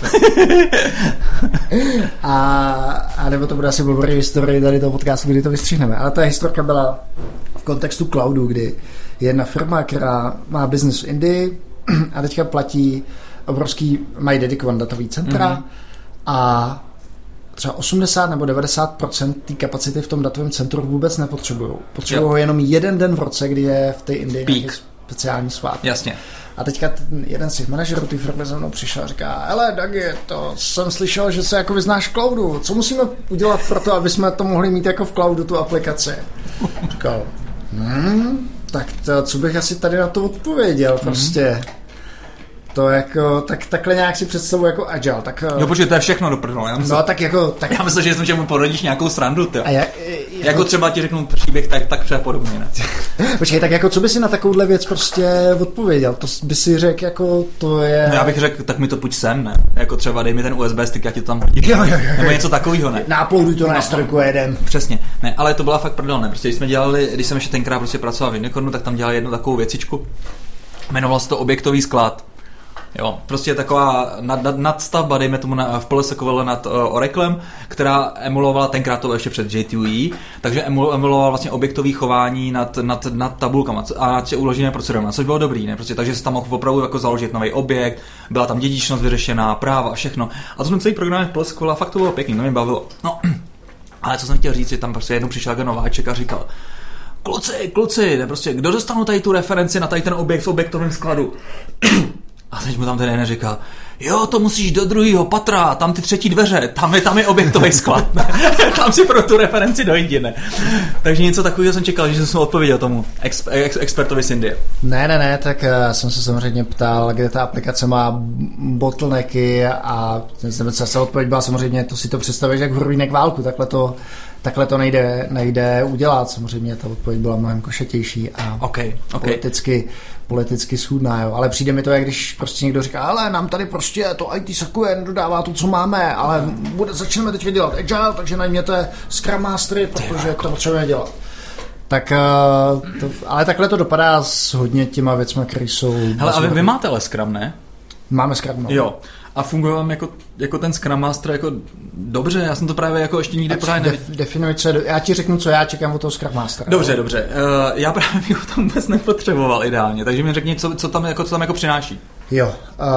A nebo to bude asi blbý historii tady toho podcastu, kdy to vystřihneme. Ale ta historka byla v kontextu cloudu, kdy je jedna firma, která má business v Indii a teďka platí mají dedikované datový centra a třeba 80 nebo 90% té kapacity v tom datovém centru vůbec nepotřebují. Potřebují ho jenom jeden den v roce, kdy je v té Indii nějaký speciální svátek. Jasně. A teďka jeden z těch manažerů té firmy za mnou přišel a říká, hele Dagi, to jsem slyšel, že se jako vyznáš v cloudu. Co musíme udělat pro to, aby jsme to mohli mít jako v cloudu, tu aplikaci? Říkal, tak co bych asi tady na to odpověděl prostě. To jako, takhle nějak si představuji jako agile. Tak, no počkej, to je všechno do prdele. Já myslím, že jsem čemu porodíš nějakou srandu, jako třeba ti řeknu příběh, tak přepodobně, ne? Počkej, tak jako co by si na takovouhle věc prostě odpověděl? To by si řekl, jako to je... No já bych řekl, tak mi to půjď sem, ne? Jako třeba dej mi ten USB stick, já ti to tam hodím. Jo. Nebo něco takového, ne? Náplouduj to na strojku jeden. Přesně. Ne, ale to byla fakt prdel, ne? Prostě když jsem ještě tenkrát prostě pracoval v Unicornu, tak tam dělali jednu takovou věcičku. Jmenovalo se to objektový sklad. Jo, prostě taková nadstavba, dejme tomu v Polesekovele nad Oraclem, která emulovala, tenkrát to ještě před J2E, takže emulovala vlastně objektový chování nad tabulkama a nad uloženými procedurami, což bylo dobrý, ne? Prostě, takže se tam mohl opravdu jako založit nový objekt, byla tam dědičnost vyřešená, práva a všechno. A to jsem celý program v Polesekovele a fakt to bylo pěkný, to mě bavilo. No, ale co jsem chtěl říct, že tam prostě jednou přišel jako nováček a říkal, kluci, prostě, kdo dostanu tady tu referenci na tady ten objekt v objektovém skladu? A teď mu tam ten jeden říká, jo, to musíš do 2. patra, tam ty 3. dveře, tam je objektový sklad. Tam si pro tu referenci dojdi, ne? Takže něco takového jsem čekal, že jsem odpověděl tomu expertovi z Indie. Ne, tak jsem se samozřejmě ptal, kde ta aplikace má bottlenecky a zase odpověď byla samozřejmě, to si to představuješ jak hrubínek válku, takhle to nejde udělat, samozřejmě ta odpověď byla mnohem košatější a okay. politicky schůdná, jo. Ale přijde mi to, jak když prostě někdo říká, ale nám tady prostě to IT sakuje, nedodává to, co máme, ale začneme teď dělat Agile, takže najměte Scrum Mastery, protože to potřebujeme dělat. Tak, ale takhle to dopadá s hodně těma věcma, které jsou... Hele, a vy máte ale Scrum, ne? Máme Scrum, no. Jo. A funguje vám jako ten Scrum Master jako dobře? Já jsem to právě jako ještě nikdy právě neviděl. Definice, já ti řeknu, co já čekám od toho Scrum Mastera. Dobře. Já právě bych ho tam vůbec nepotřeboval ideálně, takže mi řekni, co tam jako přináší. Jo,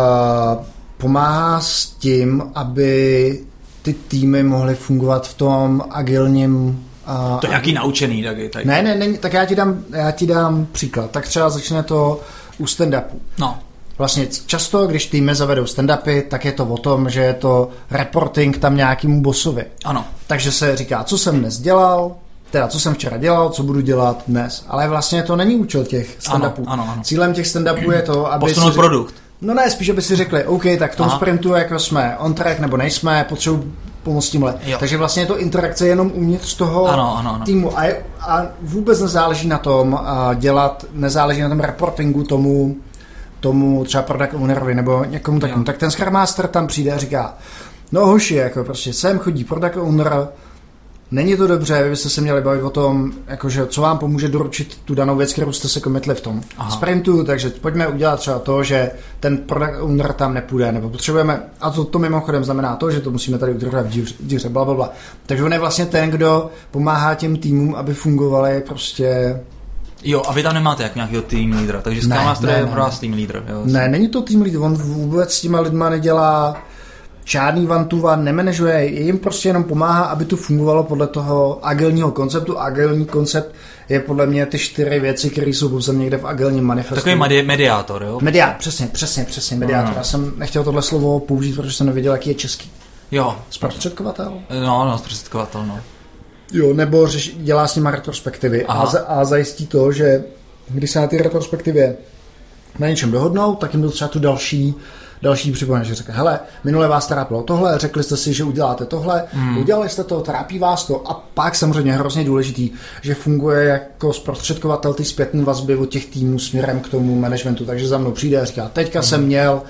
pomáhá s tím, aby ty týmy mohly fungovat v tom agilním... To je nějaký naučený taky. Ne, tak já ti dám příklad. Tak třeba začne to u stand-upu. No. Vlastně často, když týmy zavedou stand-upy, tak je to o tom, že je to reporting tam nějakému bossovi. Ano. Takže se říká, co jsem dnes dělal, teda co jsem včera dělal, co budu dělat dnes. Ale vlastně to není účel těch stand-upů. Ano. Cílem těch stand-upů je to, aby posunout produkt. No ne, spíš, aby si řekli, OK, tak v tom sprintu, jako jsme on track nebo nejsme, potřebuji pomoct tímhle. Jo. Takže vlastně je to interakce jenom uvnitř toho týmu. A vůbec nezáleží na tom nezáleží na tom reportingu tomu třeba product ownerovi nebo někomu takovému. Tak ten Scrum Master tam přijde a říká, no hoši, jako prostě sem chodí product owner, není to dobře, vy byste se měli bavit o tom, jakože, co vám pomůže doručit tu danou věc, kterou jste se commitli v tom sprintu, takže pojďme udělat třeba to, že ten product owner tam nepůjde, nebo potřebujeme, a to mimochodem znamená to, že to musíme tady udržet v díře, blablabla. Takže on je vlastně ten, kdo pomáhá těm týmům, aby fungovaly prostě... Jo, a vy tam nemáte jako nějakého team leadera, takže Scrum Master je pro vás team leader. Jo? Ne, není to team leader, on vůbec s těma lidma nedělá žádný one-to-one, nemanaguje, jim prostě jenom pomáhá, aby to fungovalo podle toho agilního konceptu. Agilní koncept je podle mě ty 4 věci, které jsou popsané někde v agilním manifestu. Takový mediátor, jo? Přesně, mediátor. Já jsem nechtěl tohle slovo použít, protože jsem nevěděl, jaký je český. Jo. Zprostředkovatel? No, zprostředkovatel, no. Jo, nebo dělá s nima retrospektivy a zajistí to, že když se na ty retrospektivě na něčem dohodnou, tak jim to třeba tu další připomínek, že řekne, hele, minule vás trápilo tohle, řekli jste si, že uděláte tohle, udělali jste to, trápí vás to a pak samozřejmě hrozně důležitý, že funguje jako zprostředkovatel ty zpětné vazby od těch týmů směrem k tomu managementu, takže za mnou přijde a říká, teďka jsem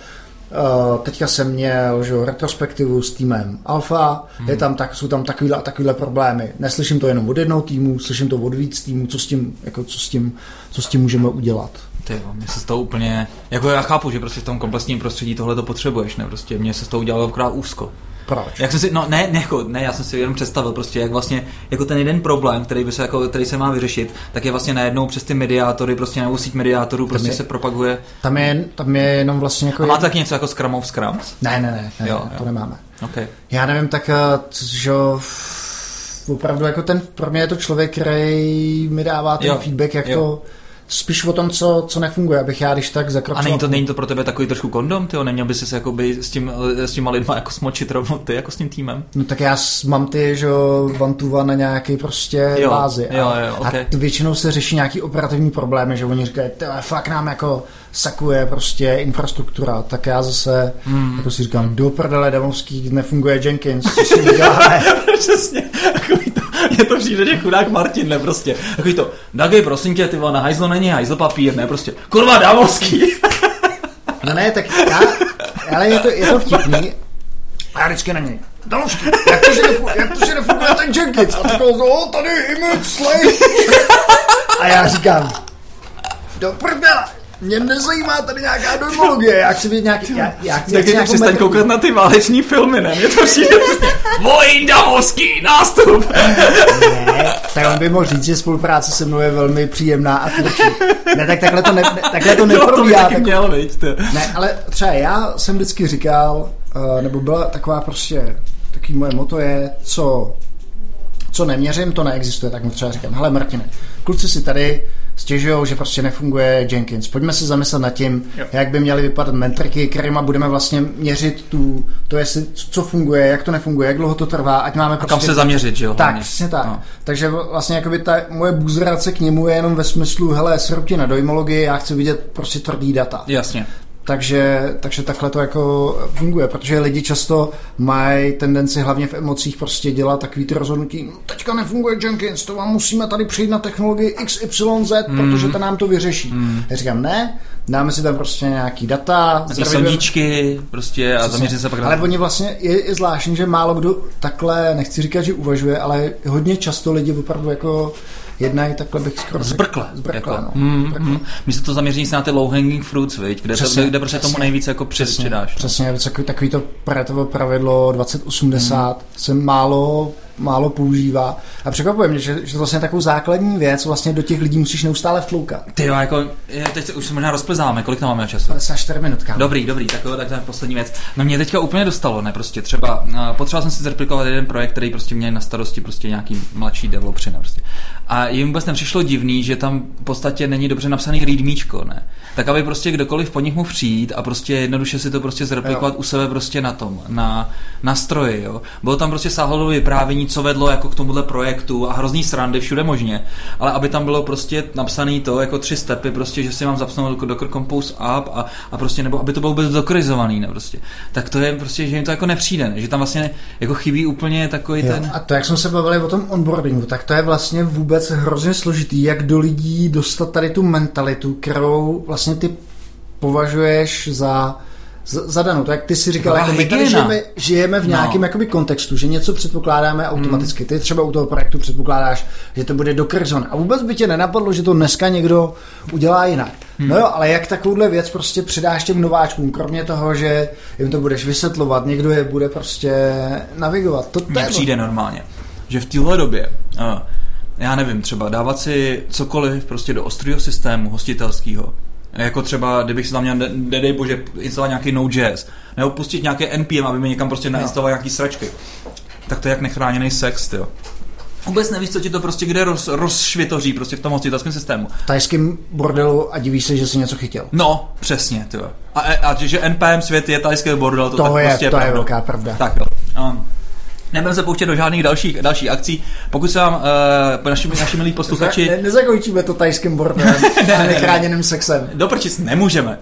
měl že, retrospektivu s týmem Alfa, jsou tam takovýhle problémy. Neslyším to jenom od jednoho týmu, slyším to od víc týmů, co s tím můžeme udělat. Mně se z toho úplně, jako já chápu, že prostě v tom komplexním prostředí tohle to potřebuješ, ne, prostě mně se z toho udělalo akorát úzko. Proč? Jak jsem si, já jsem si jenom představil prostě, jak vlastně, jako ten jeden problém, který se má vyřešit, tak je vlastně najednou přes ty mediátory, prostě nebo síť mediátorů prostě se propaguje. Tam je jenom vlastně jako... A máte taky něco jako Scrumov Scrums? Ne, to nemáme. Okay. Já nevím, tak že opravdu jako pro mě je to člověk, který mi dává ten feedback, jak to... Spíš o tom, co nefunguje, abych já když tak zakročil. A není to pro tebe takový trošku kondom, tyjo? Neměl by si jakoby s těma lidma jako smočit rovno ty, jako s tím týmem? No tak já mám ty, že one-to-one na nějaký prostě bázi. Okay. A většinou se řeší nějaký operativní problémy, že oni říkají, fakt nám jako sakuje prostě infrastruktura, tak já zase jako si říkám, do prdele demovský nefunguje Jenkins, co si děláme. Přesně, je to přijde, že chudák Martin, ne prostě. Takový to, Dagi, prosím tě, ty na hajzlo není hajzlo papír, ne prostě, kurva Damovský. No ne, tak ale je to vtipný. A já vždycky na něj. Damovský, jak to, že nefunguje ten Jenkins? A takovou, tady image slave. A já říkám, do prdele. Mě nezajímá tady nějaká dojmologie, já chci vidět nějaký... Tak přestaň koukat na ty váleční filmy, ne? Mě to přijde prostě Vojín Damovský, nástup! Ne, tak on by mohl říct, že spolupráce se mnou je velmi příjemná a tvrdší. Ne, tak takhle to neprobíhá. Ne, ale třeba já jsem vždycky říkal, nebo byla taková prostě, takový moje motto je, co co neměřím, to neexistuje, tak mu třeba říkám, hele Martine, kluci si tady stěžujou, že prostě nefunguje Jenkins. Pojďme se zamyslet nad tím, jak by měly vypadat metriky, kterýma budeme vlastně měřit to, jestli, co funguje, jak to nefunguje, jak dlouho to trvá, ať máme prostě... A kam se zaměřit, že jo? Tak, přesně tak. No. Takže vlastně jakoby ta moje buzerace k němu je jenom ve smyslu, hele, srpti na dojmologii, já chci vidět prostě tvrdý data. Jasně. Takže takhle to jako funguje, protože lidi často mají tendenci hlavně v emocích prostě dělat takový ty rozhodnutí, no teďka nefunguje Jenkins, to vám musíme tady přijít na technologii XYZ, protože to nám to vyřeší. Já říkám, ne, dáme si tam prostě nějaký data, sondíčky prostě a zaměřit se pak na... Ale oni vlastně je zvláštní, že málo kdo takhle, nechci říkat, že uvažuje, ale hodně často lidi opravdu jako jednají takhle bych skoro... Zbrkle. Zbrkle. Místo to zaměření se na ty low hanging fruits, viď? Kde prostě tomu nejvíc jako přidáš. Přesně, takový to Paretovo pravidlo 20-80 se málo používá. A překvapuje mě, že to vlastně takovou základní věc vlastně do těch lidí musíš neustále vtloukat. Ty jo, jako, teď už se možná rozplzáme, kolik tam máme času? 54 minutka. Dobrý, tak to je poslední věc. No mě teďka úplně dostalo, ne, prostě třeba, potřeboval jsem si zreplikovat jeden projekt, který prostě měl na starosti prostě nějaký mladší developři, ne, prostě. A jim vůbec nepřišlo divný, že tam v podstatě není dobře napsaný readmíčko, ne? Tak aby prostě kdokoliv po nich mohl přijít a prostě jednoduše si to prostě zreplikovat u sebe prostě na tom, na stroji, jo. Bylo tam prostě sáhodlo vyprávění, co vedlo jako k tomuhle projektu a hrozný srandy všude možně, ale aby tam bylo prostě napsaný to jako 3 stepy, prostě, že si mám zapsnout Docker Compose App a prostě, nebo aby to bylo vůbec doktorizovaný, ne, prostě. Tak to je prostě, že jim to jako nepřijde, ne? Že tam vlastně jako chybí úplně takový ten... A to, jak jsme se bavili o tom onboardingu, tak to je vlastně vůbec hrozně složitý, jak do lidí dostat tady tu mentalitu, kterou vlastně ty považuješ za danou. To jak ty si říkal, jako my tady žijeme v nějakém jakoby kontextu, že něco předpokládáme automaticky. Ty třeba u toho projektu předpokládáš, že to bude dokrzon. A vůbec by tě nenapadlo, že to dneska někdo udělá jinak. No jo, ale jak takovouhle věc prostě předáš těm nováčkům, kromě toho, že jim to budeš vysvětlovat, někdo je bude prostě navigovat. To mně přijde normálně, že v téhle době já nevím, třeba dávat si cokoliv prostě do ostrýho systému hostitelského, jako třeba, kdybych si tam měl, nedej bože, instalovat nějaký Node.js, nebo pustit nějaké NPM, aby mi někam prostě nainstaloval nějaký sračky, tak to je jak nechráněný sex, jo. Vůbec nevíš, co ti to prostě kde rozšvitoří prostě v tom hostitelském systému. V tajském bordelu a divíš se, že jsi něco chytil. No, přesně, jo. A že NPM svět je tajský bordel, to je prostě to je velká pravda. Tak jo. Nebudeme se pouštět do žádných dalších akcí. Pokud se vám naši milí posluchači... Nezakončíme to tajským bordelem a nechráněným sexem. Doprčit nemůžeme.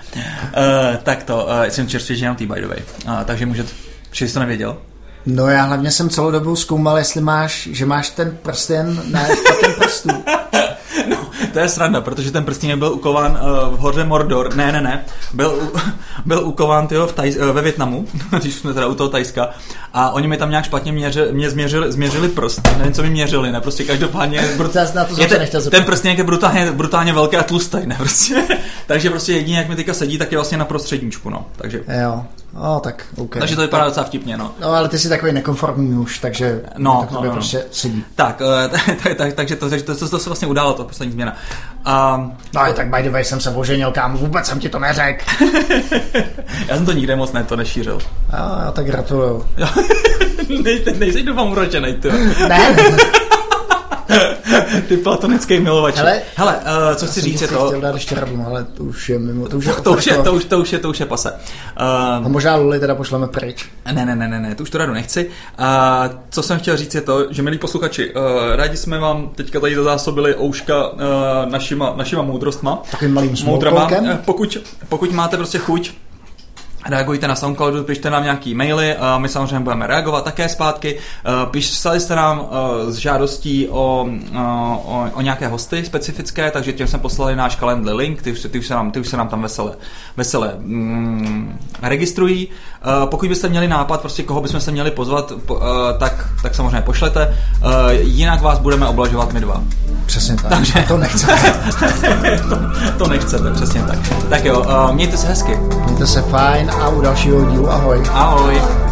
Tak to, jsem čerstvě ženatý, by the way. Takže můžete... Všichni jsi to nevěděl? No já hlavně jsem celou dobu zkoumal, jestli máš ten prsten na ten prstu. No, to je sranda, protože ten prstínek byl ukován v hoře Mordor. Ne. Byl ukován ve Vietnamu, když jsme teda u toho Tajska. A oni mi tam nějak špatně změřili prst. Nevím, co mi měřili, ne? Prostě každopádně... Ten prstínek je brutálně velký a tlustý, ne? Prostě. Takže prostě jedině, jak mi teďka sedí, tak je vlastně na prostředníčku, no. Takže... Jo. Tak okay. Takže to vypadá docela vtipně, no. No, ale ty jsi takový nekonformní muž, takže to prostě sedí. Tak, takže to se vlastně událo, to poslední změna. No, tak by the way jsem se oženil, kámo, vůbec jsem ti to neřekl. Já jsem to nikde moc to nešířil. Já tak gratuluju. Nejseš doufám uročenej, ty. Ne. Ty platonický milovač. Hele, co chci říct je to... Chtěl dát ještě rabum, ale to už je mimo. To už je pase. A možná Luli teda pošleme pryč. Ne, to už to radu nechci. Co jsem chtěl říct je to, že milí posluchači, rádi jsme vám teďka tady zazásobili ouška našima moudrostma. Takovým malým smolkolkem. Pokud máte prostě chuť, reagujte na SoundCloudu, pište nám nějaký maily, my samozřejmě budeme reagovat také zpátky. Psali jste nám s žádostí o nějaké hosty specifické, takže těm jsme poslali náš Calendly link, ty už se nám tam vesele registrují. Pokud byste měli nápad, prostě koho bychom se měli pozvat, tak samozřejmě pošlete. Jinak vás budeme oblažovat my dva. Přesně tak. Takže... To nechcete. to nechcete, přesně tak. Tak jo, mějte se hezky. Mějte se fajn a u dalšího dílu ahoj. Ahoj.